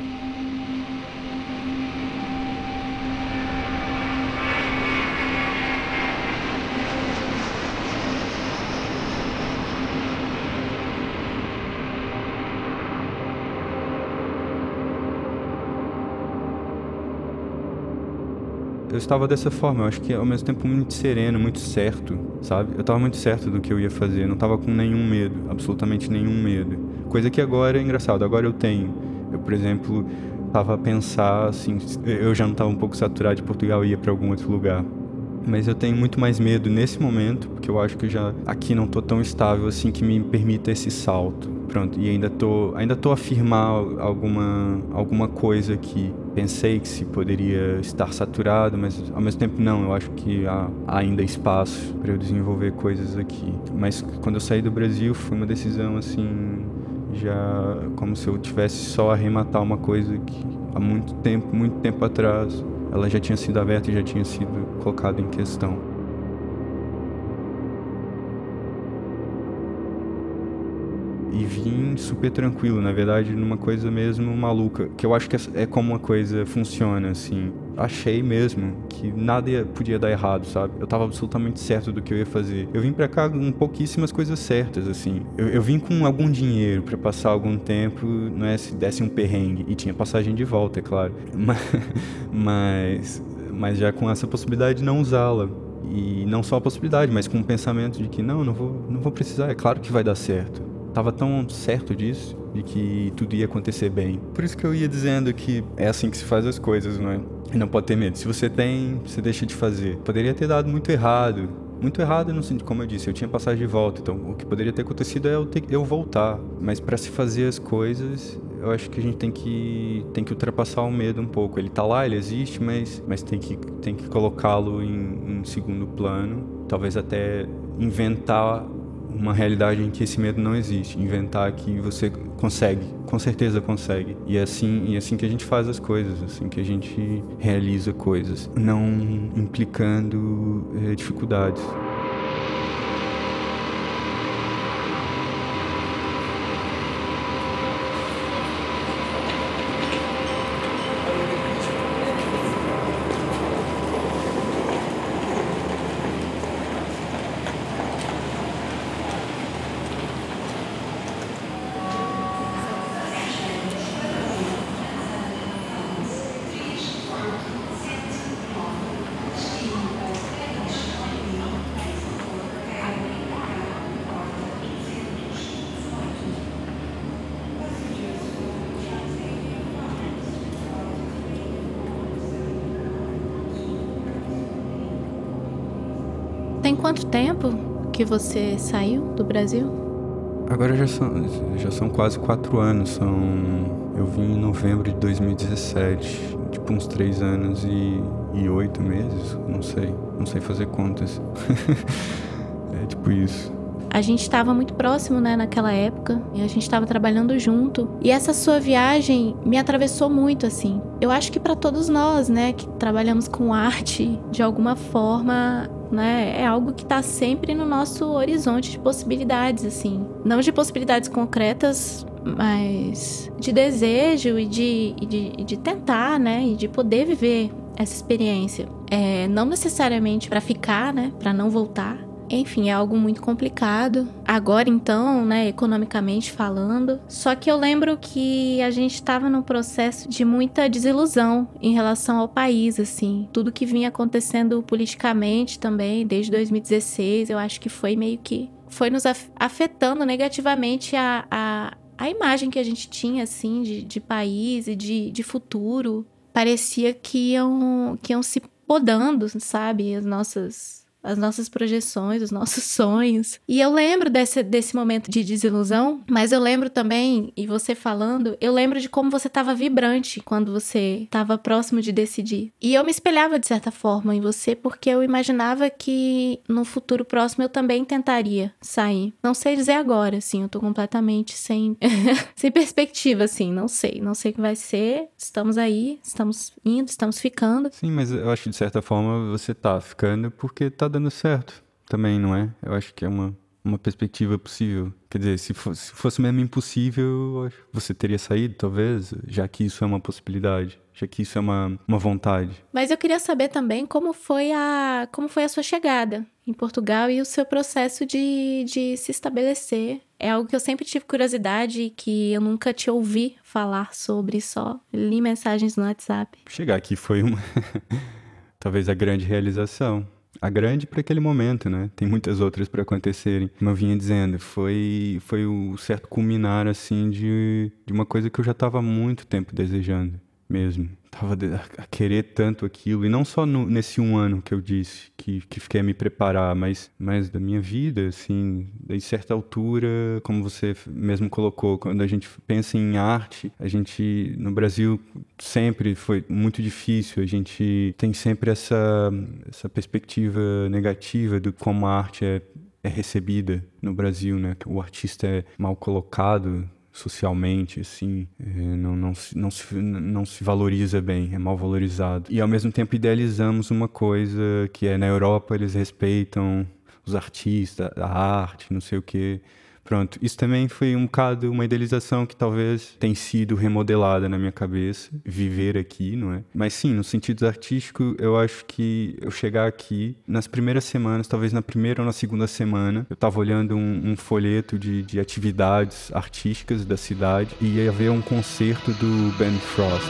Eu estava dessa forma, eu acho que ao mesmo tempo muito sereno, muito certo, sabe? Eu estava muito certo do que eu ia fazer, não estava com nenhum medo, absolutamente nenhum medo. Coisa que agora é engraçado, agora eu tenho. Eu, por exemplo, estava a pensar, assim, eu já não estava um pouco saturado de Portugal e ia para algum outro lugar. Mas eu tenho muito mais medo nesse momento, porque eu acho que eu já aqui não estou tão estável assim que me permita esse salto. Pronto, e ainda tô, ainda tô a afirmar alguma, alguma coisa que pensei que se poderia estar saturado, mas ao mesmo tempo não, eu acho que há, há ainda espaço para eu desenvolver coisas aqui. Mas quando eu saí do Brasil foi uma decisão assim, já como se eu tivesse só a arrematar uma coisa que há muito tempo, muito tempo atrás, ela já tinha sido aberta e já tinha sido colocada em questão. E vim super tranquilo, na verdade, numa coisa mesmo maluca, que eu acho que é como uma coisa funciona, assim. achei mesmo que nada ia, podia dar errado, sabe? Eu tava absolutamente certo do que eu ia fazer. Eu vim pra cá com pouquíssimas coisas certas, assim. Eu, eu vim com algum dinheiro pra passar algum tempo, não é se desse um perrengue. E tinha passagem de volta, é claro. Mas, mas já com essa possibilidade de não usá-la. E não só a possibilidade, mas com o pensamento de que não, não vou, não vou precisar, é claro que vai dar certo. Tava tão certo disso, de que tudo ia acontecer bem. Por isso que eu ia dizendo que é assim que se faz as coisas, não é? E não pode ter medo. Se você tem, você deixa de fazer. Poderia ter dado muito errado. Muito errado no sentido, como eu disse, eu tinha passagem de volta. Então, o que poderia ter acontecido é eu, ter, eu voltar. Mas para se fazer as coisas, eu acho que a gente tem que, tem que ultrapassar o medo um pouco. Ele tá lá, ele existe, mas, mas tem que, tem que colocá-lo em, em segundo plano. Talvez até inventar uma realidade em que esse medo não existe, inventar que você consegue, com certeza consegue. E é assim, e é assim que a gente faz as coisas, assim que a gente realiza coisas, não implicando é, dificuldades. Tem quanto tempo que você saiu do Brasil? Agora já são, já são quase quatro anos. São, eu vim em novembro de dois mil e dezessete, tipo uns três anos e, e oito meses, não sei, não sei fazer contas. É tipo isso. A gente estava muito próximo, né, naquela época, e a gente estava trabalhando junto. E essa sua viagem me atravessou muito, assim. Eu acho que para todos nós, né, que trabalhamos com arte, de alguma forma, né, é algo que tá sempre no nosso horizonte de possibilidades, assim. Não de possibilidades concretas, mas de desejo e de, e de, e de tentar, né, e de poder viver essa experiência. É, não necessariamente para ficar, né, para não voltar. Enfim, é algo muito complicado. Agora, então, né, economicamente falando. Só que eu lembro que a gente estava num processo de muita desilusão em relação ao país, assim. Tudo que vinha acontecendo politicamente também, desde dois mil e dezesseis, eu acho que foi meio que... Foi nos afetando negativamente a, a, a imagem que a gente tinha, assim, de, de país e de, de futuro. Parecia que iam, que iam se podando, sabe, as nossas... as nossas projeções, os nossos sonhos. E eu lembro desse, desse momento de desilusão, mas eu lembro também, e você falando, eu lembro de como você estava vibrante quando você estava próximo de decidir. E eu me espelhava, de certa forma, em você, porque eu imaginava que no futuro próximo eu também tentaria sair. Não sei dizer agora, assim, eu tô completamente sem, sem perspectiva, assim, não sei. Não sei o que vai ser, estamos aí, estamos indo, estamos ficando. Sim, mas eu acho que de certa forma você tá ficando porque tá dando certo também, não é? Eu acho que é uma, uma perspectiva possível. Quer dizer, se fosse, se fosse mesmo impossível, você teria saído, talvez, já que isso é uma possibilidade, já que isso é uma, uma vontade. Mas eu queria saber também como foi a, como foi a sua chegada em Portugal e o seu processo de, de se estabelecer. É algo que eu sempre tive curiosidade e que eu nunca te ouvi falar sobre, só li mensagens no WhatsApp. Chegar aqui foi uma... talvez a grande realização. A grande para aquele momento, né? Tem muitas outras para acontecerem. Como eu vinha dizendo, foi, foi o certo culminar, assim, de, de uma coisa que eu já estava há muito tempo desejando, mesmo. Tava a querer tanto aquilo, e não só no, nesse um ano que eu disse, que, que fiquei a me preparar, mas, mas da minha vida, assim, de certa altura, como você mesmo colocou, quando a gente pensa em arte, a gente, no Brasil, sempre foi muito difícil, a gente tem sempre essa, essa perspectiva negativa de como a arte é, é recebida no Brasil, né? Que o artista é mal colocado socialmente, assim, não, não, se, não, se, não se valoriza bem, é mal valorizado. E ao mesmo tempo idealizamos uma coisa que é, na Europa eles respeitam os artistas, a arte, não sei o quê, Pronto, isso também foi um bocado uma idealização que talvez tenha sido remodelada na minha cabeça, viver aqui, não é? Mas sim, no sentido artístico, eu acho que eu chegar aqui, nas primeiras semanas, talvez na primeira ou na segunda semana, eu estava olhando um, um folheto de, de atividades artísticas da cidade e ia ver um concerto do Ben Frost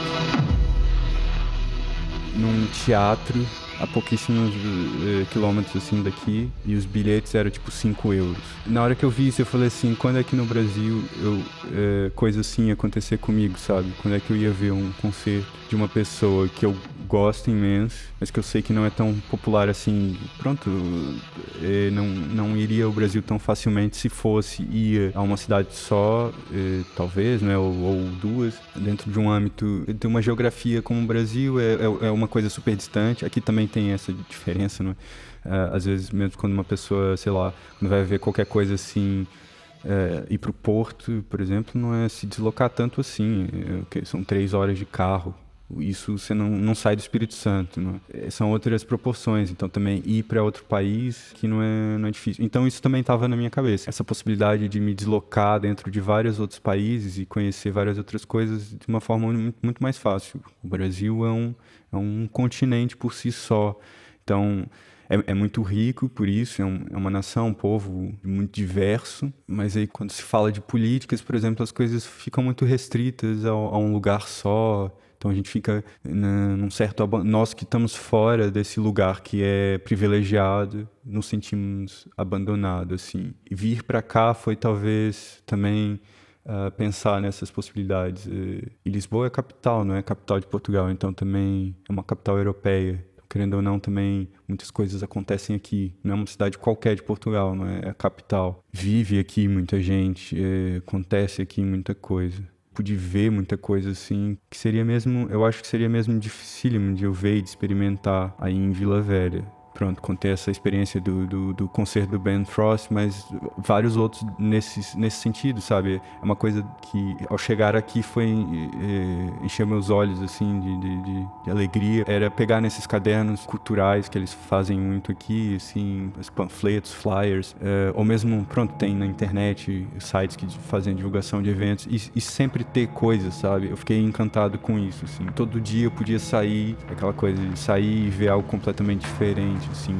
num teatro a pouquíssimos eh, quilômetros assim daqui, e os bilhetes eram tipo cinco euros. Na hora que eu vi isso, eu falei assim, quando é que no Brasil eu, eh, coisa assim ia acontecer comigo, sabe? Quando é que eu ia ver um concerto de uma pessoa que eu gosto imenso, mas que eu sei que não é tão popular assim, pronto, eh, não, não iria ao Brasil tão facilmente se fosse, ia a uma cidade só, eh, talvez, né, ou, ou duas, dentro de um âmbito de uma geografia como o Brasil, é, é, é uma coisa super distante. Aqui também tem essa diferença, né? Uh, às vezes, mesmo quando uma pessoa, sei lá, quando vai ver qualquer coisa assim, uh, ir pro Porto, por exemplo, não é se deslocar tanto assim, é, são três horas de carro. Isso você não, não sai do Espírito Santo, não é? São outras proporções, então também ir para outro país que não é, não é difícil. Então isso também estava na minha cabeça, essa possibilidade de me deslocar dentro de vários outros países e conhecer várias outras coisas de uma forma muito, muito mais fácil. O Brasil é um, é um continente por si só, então é, é muito rico por isso, é, um, é uma nação, um povo muito diverso, mas aí quando se fala de políticas, por exemplo, as coisas ficam muito restritas a, a um lugar só. Então a gente fica na, num certo... Ab... Nós que estamos fora desse lugar que é privilegiado, nos sentimos abandonados, assim. E vir para cá foi talvez também uh, pensar nessas possibilidades. E Lisboa é capital, não é capital de Portugal, então também é uma capital europeia. Querendo ou não, também muitas coisas acontecem aqui. Não é uma cidade qualquer de Portugal, não é? É a capital. Vive aqui muita gente, é... acontece aqui muita coisa. Pude ver muita coisa assim, que seria mesmo, eu acho que seria mesmo dificílimo de eu ver e de experimentar aí em Vila Velha. Pronto, contei essa experiência do, do, do concerto do Ben Frost, mas vários outros nesse, nesse sentido, sabe? É uma coisa que, ao chegar aqui, foi é, encher meus olhos, assim, de, de, de, de alegria. Era pegar nesses cadernos culturais que eles fazem muito aqui, assim, os panfletos, flyers, é, ou mesmo, pronto, tem na internet sites que fazem divulgação de eventos, e, e sempre ter coisas, sabe? Eu fiquei encantado com isso, assim. Todo dia eu podia sair, aquela coisa de sair e ver algo completamente diferente, assim.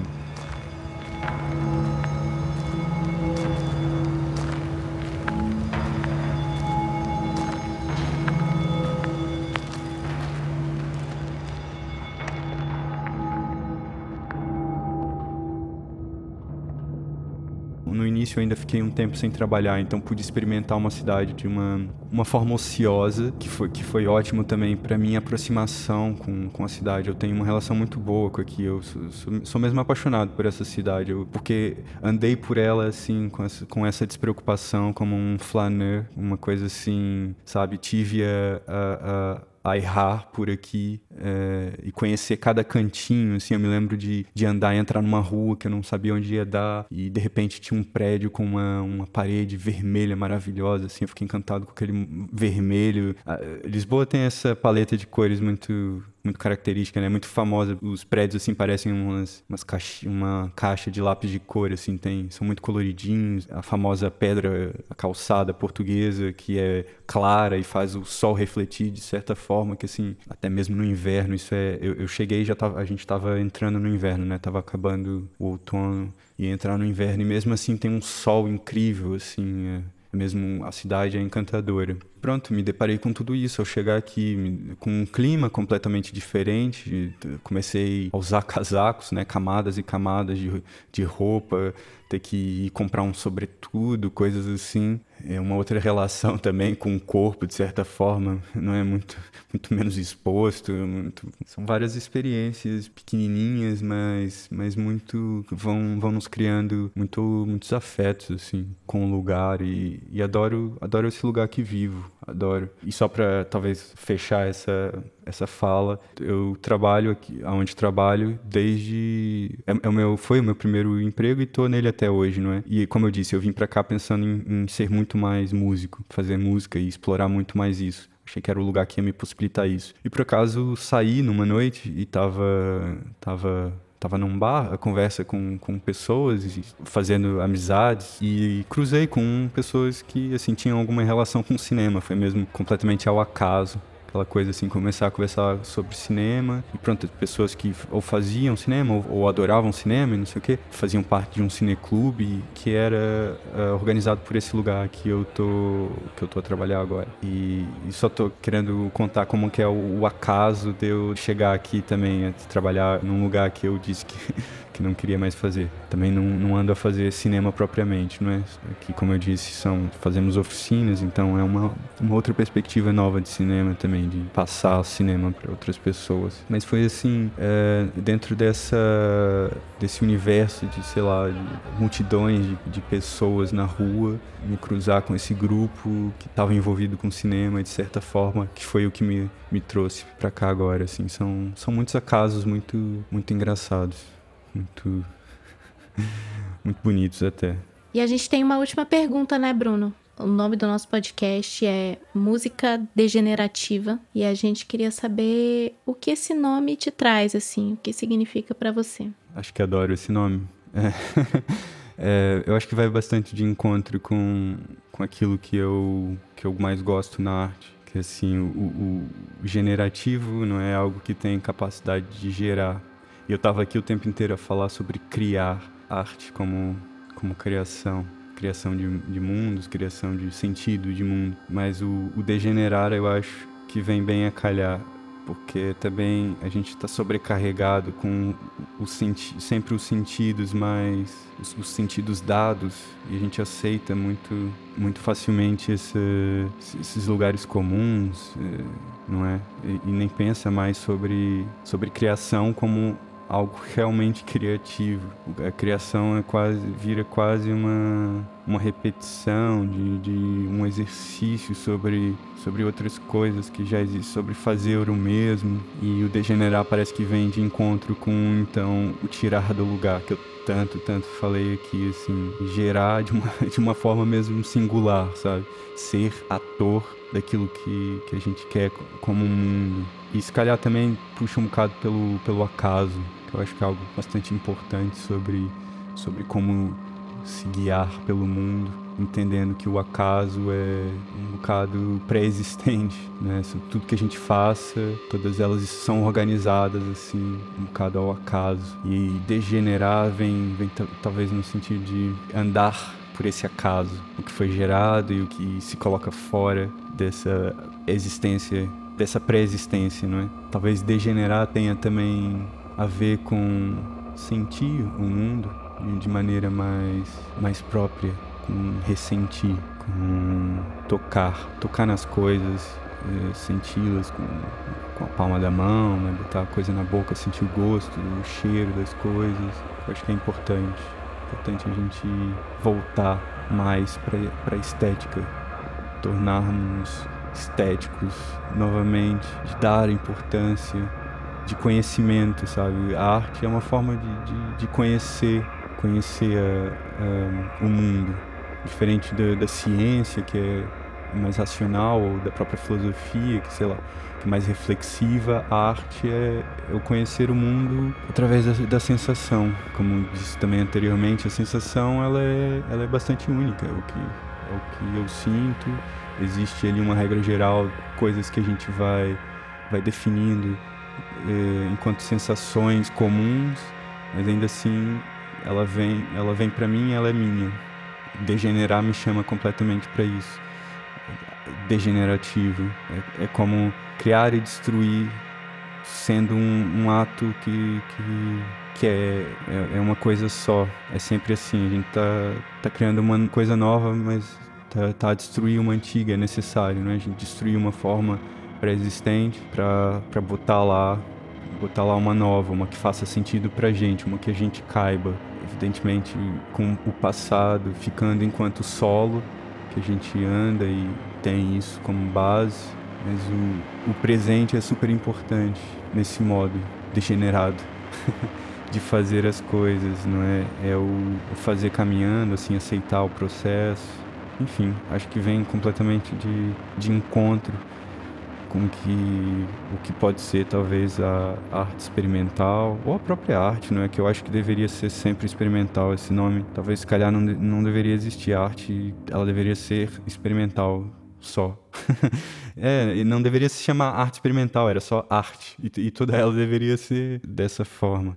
No início eu ainda fiquei um tempo sem trabalhar, então pude experimentar uma cidade de uma, uma forma ociosa, que foi, que foi ótimo também para minha aproximação com, com a cidade. Eu tenho uma relação muito boa com aqui, eu sou, sou, sou mesmo apaixonado por essa cidade, eu, porque andei por ela assim, com essa, com essa despreocupação, como um flaneur, uma coisa assim, sabe, tive a... a, a a errar por aqui é, e conhecer cada cantinho, assim, eu me lembro de, de andar e entrar numa rua que eu não sabia onde ia dar e de repente tinha um prédio com uma, uma parede vermelha maravilhosa, assim, eu fiquei encantado com aquele vermelho. A, Lisboa tem essa paleta de cores muito... muito característica, né? Muito famosa. Os prédios, assim, parecem umas, umas caixa, uma caixa de lápis de cor, assim, tem, são muito coloridinhos. A famosa pedra, a calçada portuguesa, que é clara e faz o sol refletir de certa forma, que, assim, até mesmo no inverno, isso é... Eu, eu cheguei e já tava, a gente tava entrando no inverno, né? Tava acabando o outono e ia entrar no inverno, e mesmo assim tem um sol incrível, assim, é... Mesmo a cidade é encantadora. Pronto, me deparei com tudo isso. Ao chegar aqui, com um clima completamente diferente, comecei a usar casacos, né? Camadas e camadas de, de roupa, ter que ir comprar um sobretudo, coisas assim. É uma outra relação também com o corpo, de certa forma, não é muito, muito menos exposto. Muito... São várias experiências pequenininhas, mas, mas muito vão, vão nos criando muito, muitos afetos assim, com o lugar e, e adoro, adoro esse lugar que vivo. Adoro. E só para talvez fechar essa, essa fala, eu trabalho aqui, onde trabalho desde... É, é o meu, foi o meu primeiro emprego e tô nele até hoje, não é? E como eu disse, eu vim para cá pensando em, em ser muito mais músico, fazer música e explorar muito mais isso. Achei que era o lugar que ia me possibilitar isso. E por acaso saí numa noite e tava... tava tava num bar, a conversa com, com pessoas, e fazendo amizades, e cruzei com pessoas que, assim, tinham alguma relação com o cinema. Foi mesmo completamente ao acaso. Aquela coisa assim, começar a conversar sobre cinema. E pronto, pessoas que ou faziam cinema, ou, ou adoravam cinema e não sei o quê, faziam parte de um cineclube que era uh, organizado por esse lugar que eu tô, que eu tô a trabalhar agora. E, e só tô querendo contar como que é o, o acaso de eu chegar aqui também, a trabalhar num lugar que eu disse que, que não queria mais fazer. Também não, não ando a fazer cinema propriamente, não é? Aqui, como eu disse, são, fazemos oficinas, então é uma, uma outra perspectiva nova de cinema também, de passar cinema para outras pessoas. Mas foi assim, é, dentro dessa, desse universo de, sei lá, de multidões de, de pessoas na rua, me cruzar com esse grupo que estava envolvido com cinema, de certa forma, que foi o que me, me trouxe para cá agora, assim. São, são muitos acasos muito, muito engraçados, muito, muito bonitos até. E a gente tem uma última pergunta, né, Bruno? O nome do nosso podcast é Música Degenerativa e a gente queria saber o que esse nome te traz, assim, o que significa pra você. Acho que adoro esse nome. É. É, eu acho que vai bastante de encontro com, com aquilo que eu, que eu mais gosto na arte. Que assim, o, o, o generativo não é algo que tem capacidade de gerar. E eu estava aqui o tempo inteiro a falar sobre criar arte como, como criação. Criação de, de mundos, criação de sentido de mundo. Mas o, o degenerar eu acho que vem bem a calhar, porque também a gente está sobrecarregado com o senti- sempre os sentidos mais... Os, os sentidos dados, e a gente aceita muito, muito facilmente esse, esses lugares comuns, não é? E, e nem pensa mais sobre, sobre criação como algo realmente criativo. A criação é quase, vira quase uma, uma repetição de, de um exercício sobre, sobre outras coisas que já existem, sobre fazer o mesmo. E o degenerar parece que vem de encontro com, então, o tirar do lugar, que eu tanto, tanto falei aqui, assim, gerar de uma, de uma forma mesmo singular, sabe? Ser ator daquilo que, que a gente quer como um mundo. E se calhar também puxa um bocado pelo, pelo acaso, que eu acho que é algo bastante importante sobre, sobre como se guiar pelo mundo, entendendo que o acaso é um bocado pré-existente, né? Tudo que a gente faça, todas elas são organizadas assim, um bocado ao acaso. E degenerar vem, vem t- talvez no sentido de andar por esse acaso, o que foi gerado e o que se coloca fora dessa existência, dessa pré-existência, não é? Talvez degenerar tenha também a ver com sentir o mundo de maneira mais, mais própria, com ressentir, com tocar, tocar nas coisas, é, senti-las com, com a palma da mão, né? Botar a coisa na boca, sentir o gosto, o cheiro das coisas. Eu acho que é importante, importante a gente voltar mais para a estética, tornarmos estéticos novamente, de dar importância, de conhecimento, sabe? A arte é uma forma de, de, de conhecer, conhecer a, a, o mundo. Diferente da, da ciência, que é mais racional, ou da própria filosofia, que, sei lá, que é mais reflexiva, a arte é eu conhecer o mundo através da, da sensação. Como disse também anteriormente, a sensação ela é, ela é bastante única, é o que, é o que eu sinto. Existe ali uma regra geral, coisas que a gente vai, vai definindo eh, enquanto sensações comuns, mas ainda assim ela vem, ela vem para mim e ela é minha. Degenerar me chama completamente para isso. Degenerativo é, é como criar e destruir, sendo um, um ato que, que, que é, é, é uma coisa só. É sempre assim, a gente tá, tá criando uma coisa nova, mas tá, tá a destruir uma antiga, é necessário, né? A gente destruir uma forma pré-existente para botar lá, botar lá uma nova, uma que faça sentido pra gente, uma que a gente caiba. Evidentemente, com o passado ficando enquanto solo, que a gente anda e tem isso como base, mas o, o presente é super importante nesse modo degenerado de fazer as coisas, não é? É o, o fazer caminhando, assim, aceitar o processo. Enfim, acho que vem completamente de, de encontro com que o que pode ser talvez a arte experimental, ou a própria arte, não é? Que eu acho que deveria ser sempre experimental esse nome. Talvez, se calhar, não, não deveria existir arte, ela deveria ser experimental só. É, e não deveria se chamar arte experimental, era só arte. E, e toda ela deveria ser dessa forma.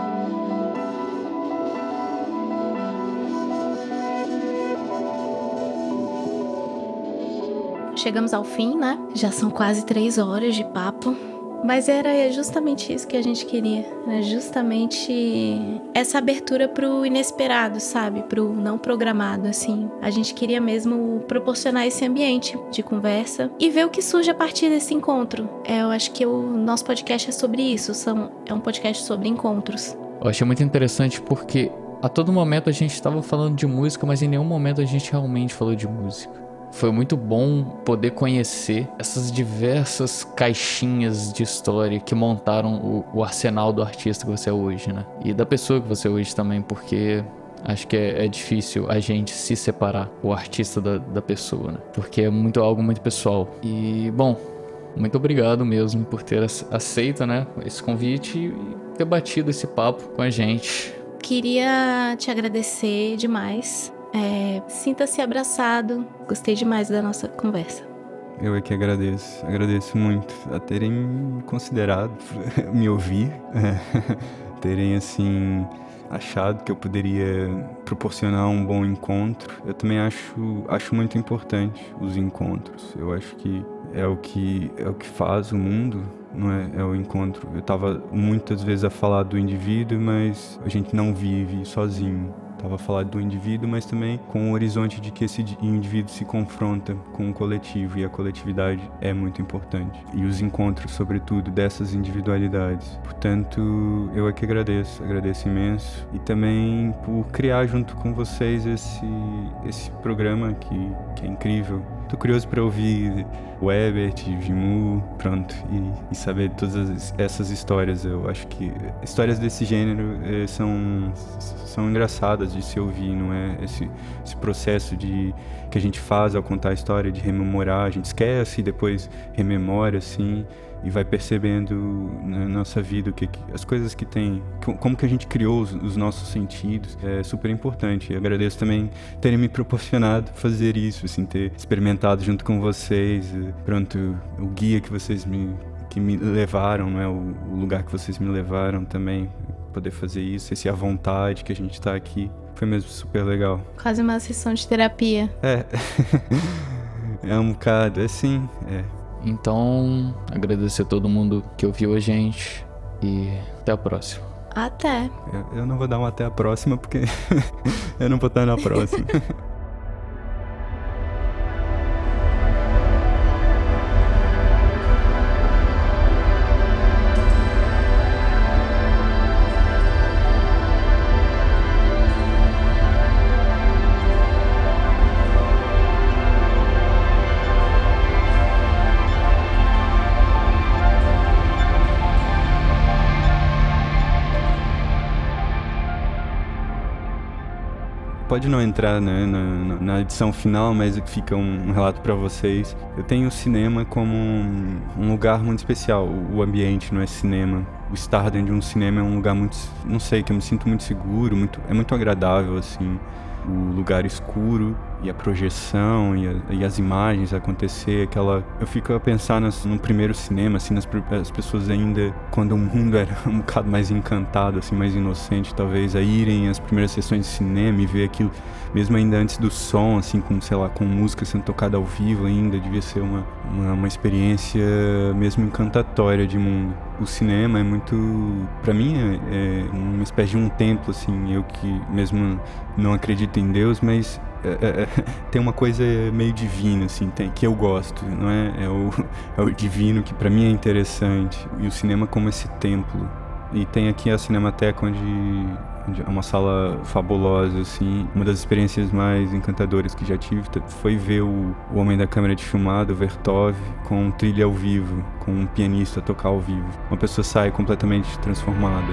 Chegamos ao fim, né? Já são quase três horas de papo. Mas era justamente isso que a gente queria. Era justamente essa abertura pro inesperado, sabe? Pro não programado, assim. A gente queria mesmo proporcionar esse ambiente de conversa e ver o que surge a partir desse encontro. É, eu acho que o nosso podcast é sobre isso. São, é um podcast sobre encontros. Eu achei muito interessante porque a todo momento a gente estava falando de música, mas em nenhum momento a gente realmente falou de música. Foi muito bom poder conhecer essas diversas caixinhas de história que montaram o, o arsenal do artista que você é hoje, né? E da pessoa que você é hoje também, porque acho que é, é difícil a gente se separar, o artista da, da pessoa, né? Porque é muito, algo muito pessoal. E, bom, muito obrigado mesmo por ter aceito, né, esse convite e ter batido esse papo com a gente. Queria te agradecer demais. É, sinta-se abraçado. Gostei demais da nossa conversa. Eu é que agradeço. Agradeço muito a terem me considerado, me ouvir, é, terem, assim, achado que eu poderia proporcionar um bom encontro. Eu também acho, acho muito importante os encontros. Eu acho que é o que, é o que faz o mundo, não é? É o encontro. Eu estava muitas vezes a falar do indivíduo, mas a gente não vive sozinho. Estava a falar do indivíduo, mas também com o horizonte de que esse indivíduo se confronta com o coletivo, e a coletividade é muito importante. E os encontros, sobretudo, dessas individualidades. Portanto, eu aqui agradeço, agradeço imenso. E também por criar junto com vocês esse, esse programa que, que é incrível. Tô curioso para ouvir o Ebert, o Jimu, pronto, e, e saber todas essas histórias. Eu acho que histórias desse gênero eh, são, são engraçadas de se ouvir, não é? Esse, esse processo de, que a gente faz ao contar a história, de rememorar, a gente esquece e depois rememora, assim, e vai percebendo na nossa vida o que, as coisas que tem, como que a gente criou os, os nossos sentidos, é super importante. Eu agradeço também terem me proporcionado fazer isso, assim, ter experimentado junto com vocês, pronto, o guia que vocês me, que me levaram, não é? o, o lugar que vocês me levaram também, poder fazer isso, esse à vontade que a gente tá aqui, foi mesmo super legal. Quase uma sessão de terapia. É, é um bocado, é sim, é. Então, agradecer a todo mundo que ouviu a gente e até a próxima. Até. Eu, eu não vou dar um até a próxima porque eu não vou estar na próxima. Pode não entrar, né, na, na edição final, mas fica um, um relato para vocês. Eu tenho o cinema como um, um lugar muito especial. O, o ambiente não é cinema. O estar dentro de um cinema é um lugar muito, não sei, que eu me sinto muito seguro, muito, é muito agradável, assim. O lugar escuro e a projeção e, a, e as imagens acontecer, aquela... Eu fico a pensar nas, no primeiro cinema, assim, nas as pessoas ainda, quando o mundo era um bocado mais encantado, assim, mais inocente, talvez, a irem às primeiras sessões de cinema e ver aquilo, mesmo ainda antes do som, assim, com, sei lá, com música sendo tocada ao vivo ainda, devia ser uma, uma, uma experiência mesmo encantatória de mundo. O cinema é muito, pra mim, é, é uma espécie de um templo, assim, eu que mesmo não acredito em Deus, mas é, é, tem uma coisa meio divina, assim, tem, que eu gosto, não é? É o, é o divino que pra mim é interessante, e o cinema como esse templo. E tem aqui a Cinemateca, onde, onde é uma sala fabulosa, assim. Uma das experiências mais encantadoras que já tive foi ver o, o Homem da Câmera de Filmado, o Vertov, com trilha ao vivo, com um pianista tocar ao vivo. Uma pessoa sai completamente transformada.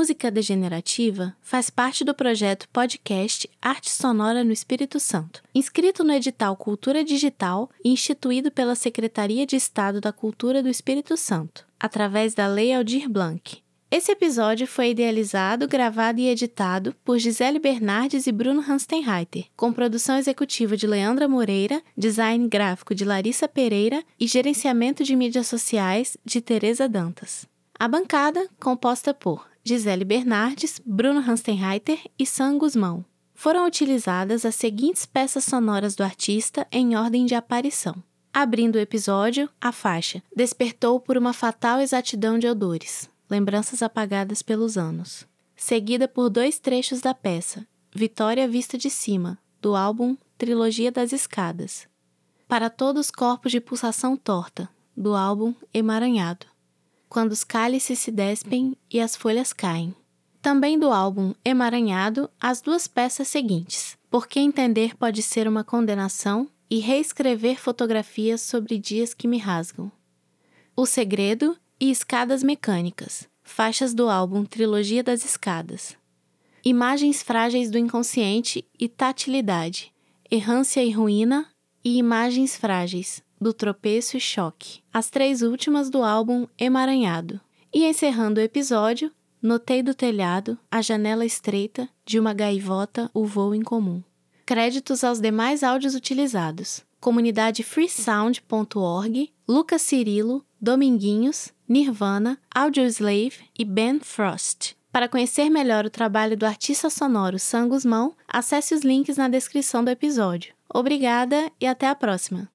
Música Degenerativa faz parte do projeto podcast Arte Sonora no Espírito Santo, inscrito no edital Cultura Digital e instituído pela Secretaria de Estado da Cultura do Espírito Santo, através da Lei Aldir Blanc. Esse episódio foi idealizado, gravado e editado por Gisele Bernardes e Bruno Hanstenreiter, com produção executiva de Leandra Moreira, design gráfico de Larissa Pereira e gerenciamento de mídias sociais de Tereza Dantas. A bancada, composta por Gisele Bernardes, Bruno Hanstenreiter e Sam Guzmão. Foram utilizadas as seguintes peças sonoras do artista em ordem de aparição. Abrindo o episódio, a faixa Despertou por uma fatal exatidão de odores, lembranças apagadas pelos anos. Seguida por dois trechos da peça, Vitória Vista de Cima, do álbum Trilogia das Escadas. Para Todos os Corpos de Pulsação Torta, do álbum Emaranhado. Quando os cálices se despem e as folhas caem. Também do álbum Emaranhado, as duas peças seguintes, Porque Entender Pode Ser Uma Condenação e Reescrever Fotografias sobre Dias que Me Rasgam. O Segredo e Escadas Mecânicas, faixas do álbum Trilogia das Escadas. Imagens Frágeis do Inconsciente e Tatilidade, Errância e Ruína e Imagens Frágeis, do Tropeço e Choque, as três últimas do álbum Emaranhado. E encerrando o episódio, Notei do Telhado, a Janela Estreita, de uma Gaivota, o Voo Incomum. Créditos aos demais áudios utilizados. Comunidade freesound ponto org, Lucas Cirilo, Dominguinhos, Nirvana, Audioslave e Ben Frost. Para conhecer melhor o trabalho do artista sonoro Sam Guzmão, acesse os links na descrição do episódio. Obrigada e até a próxima!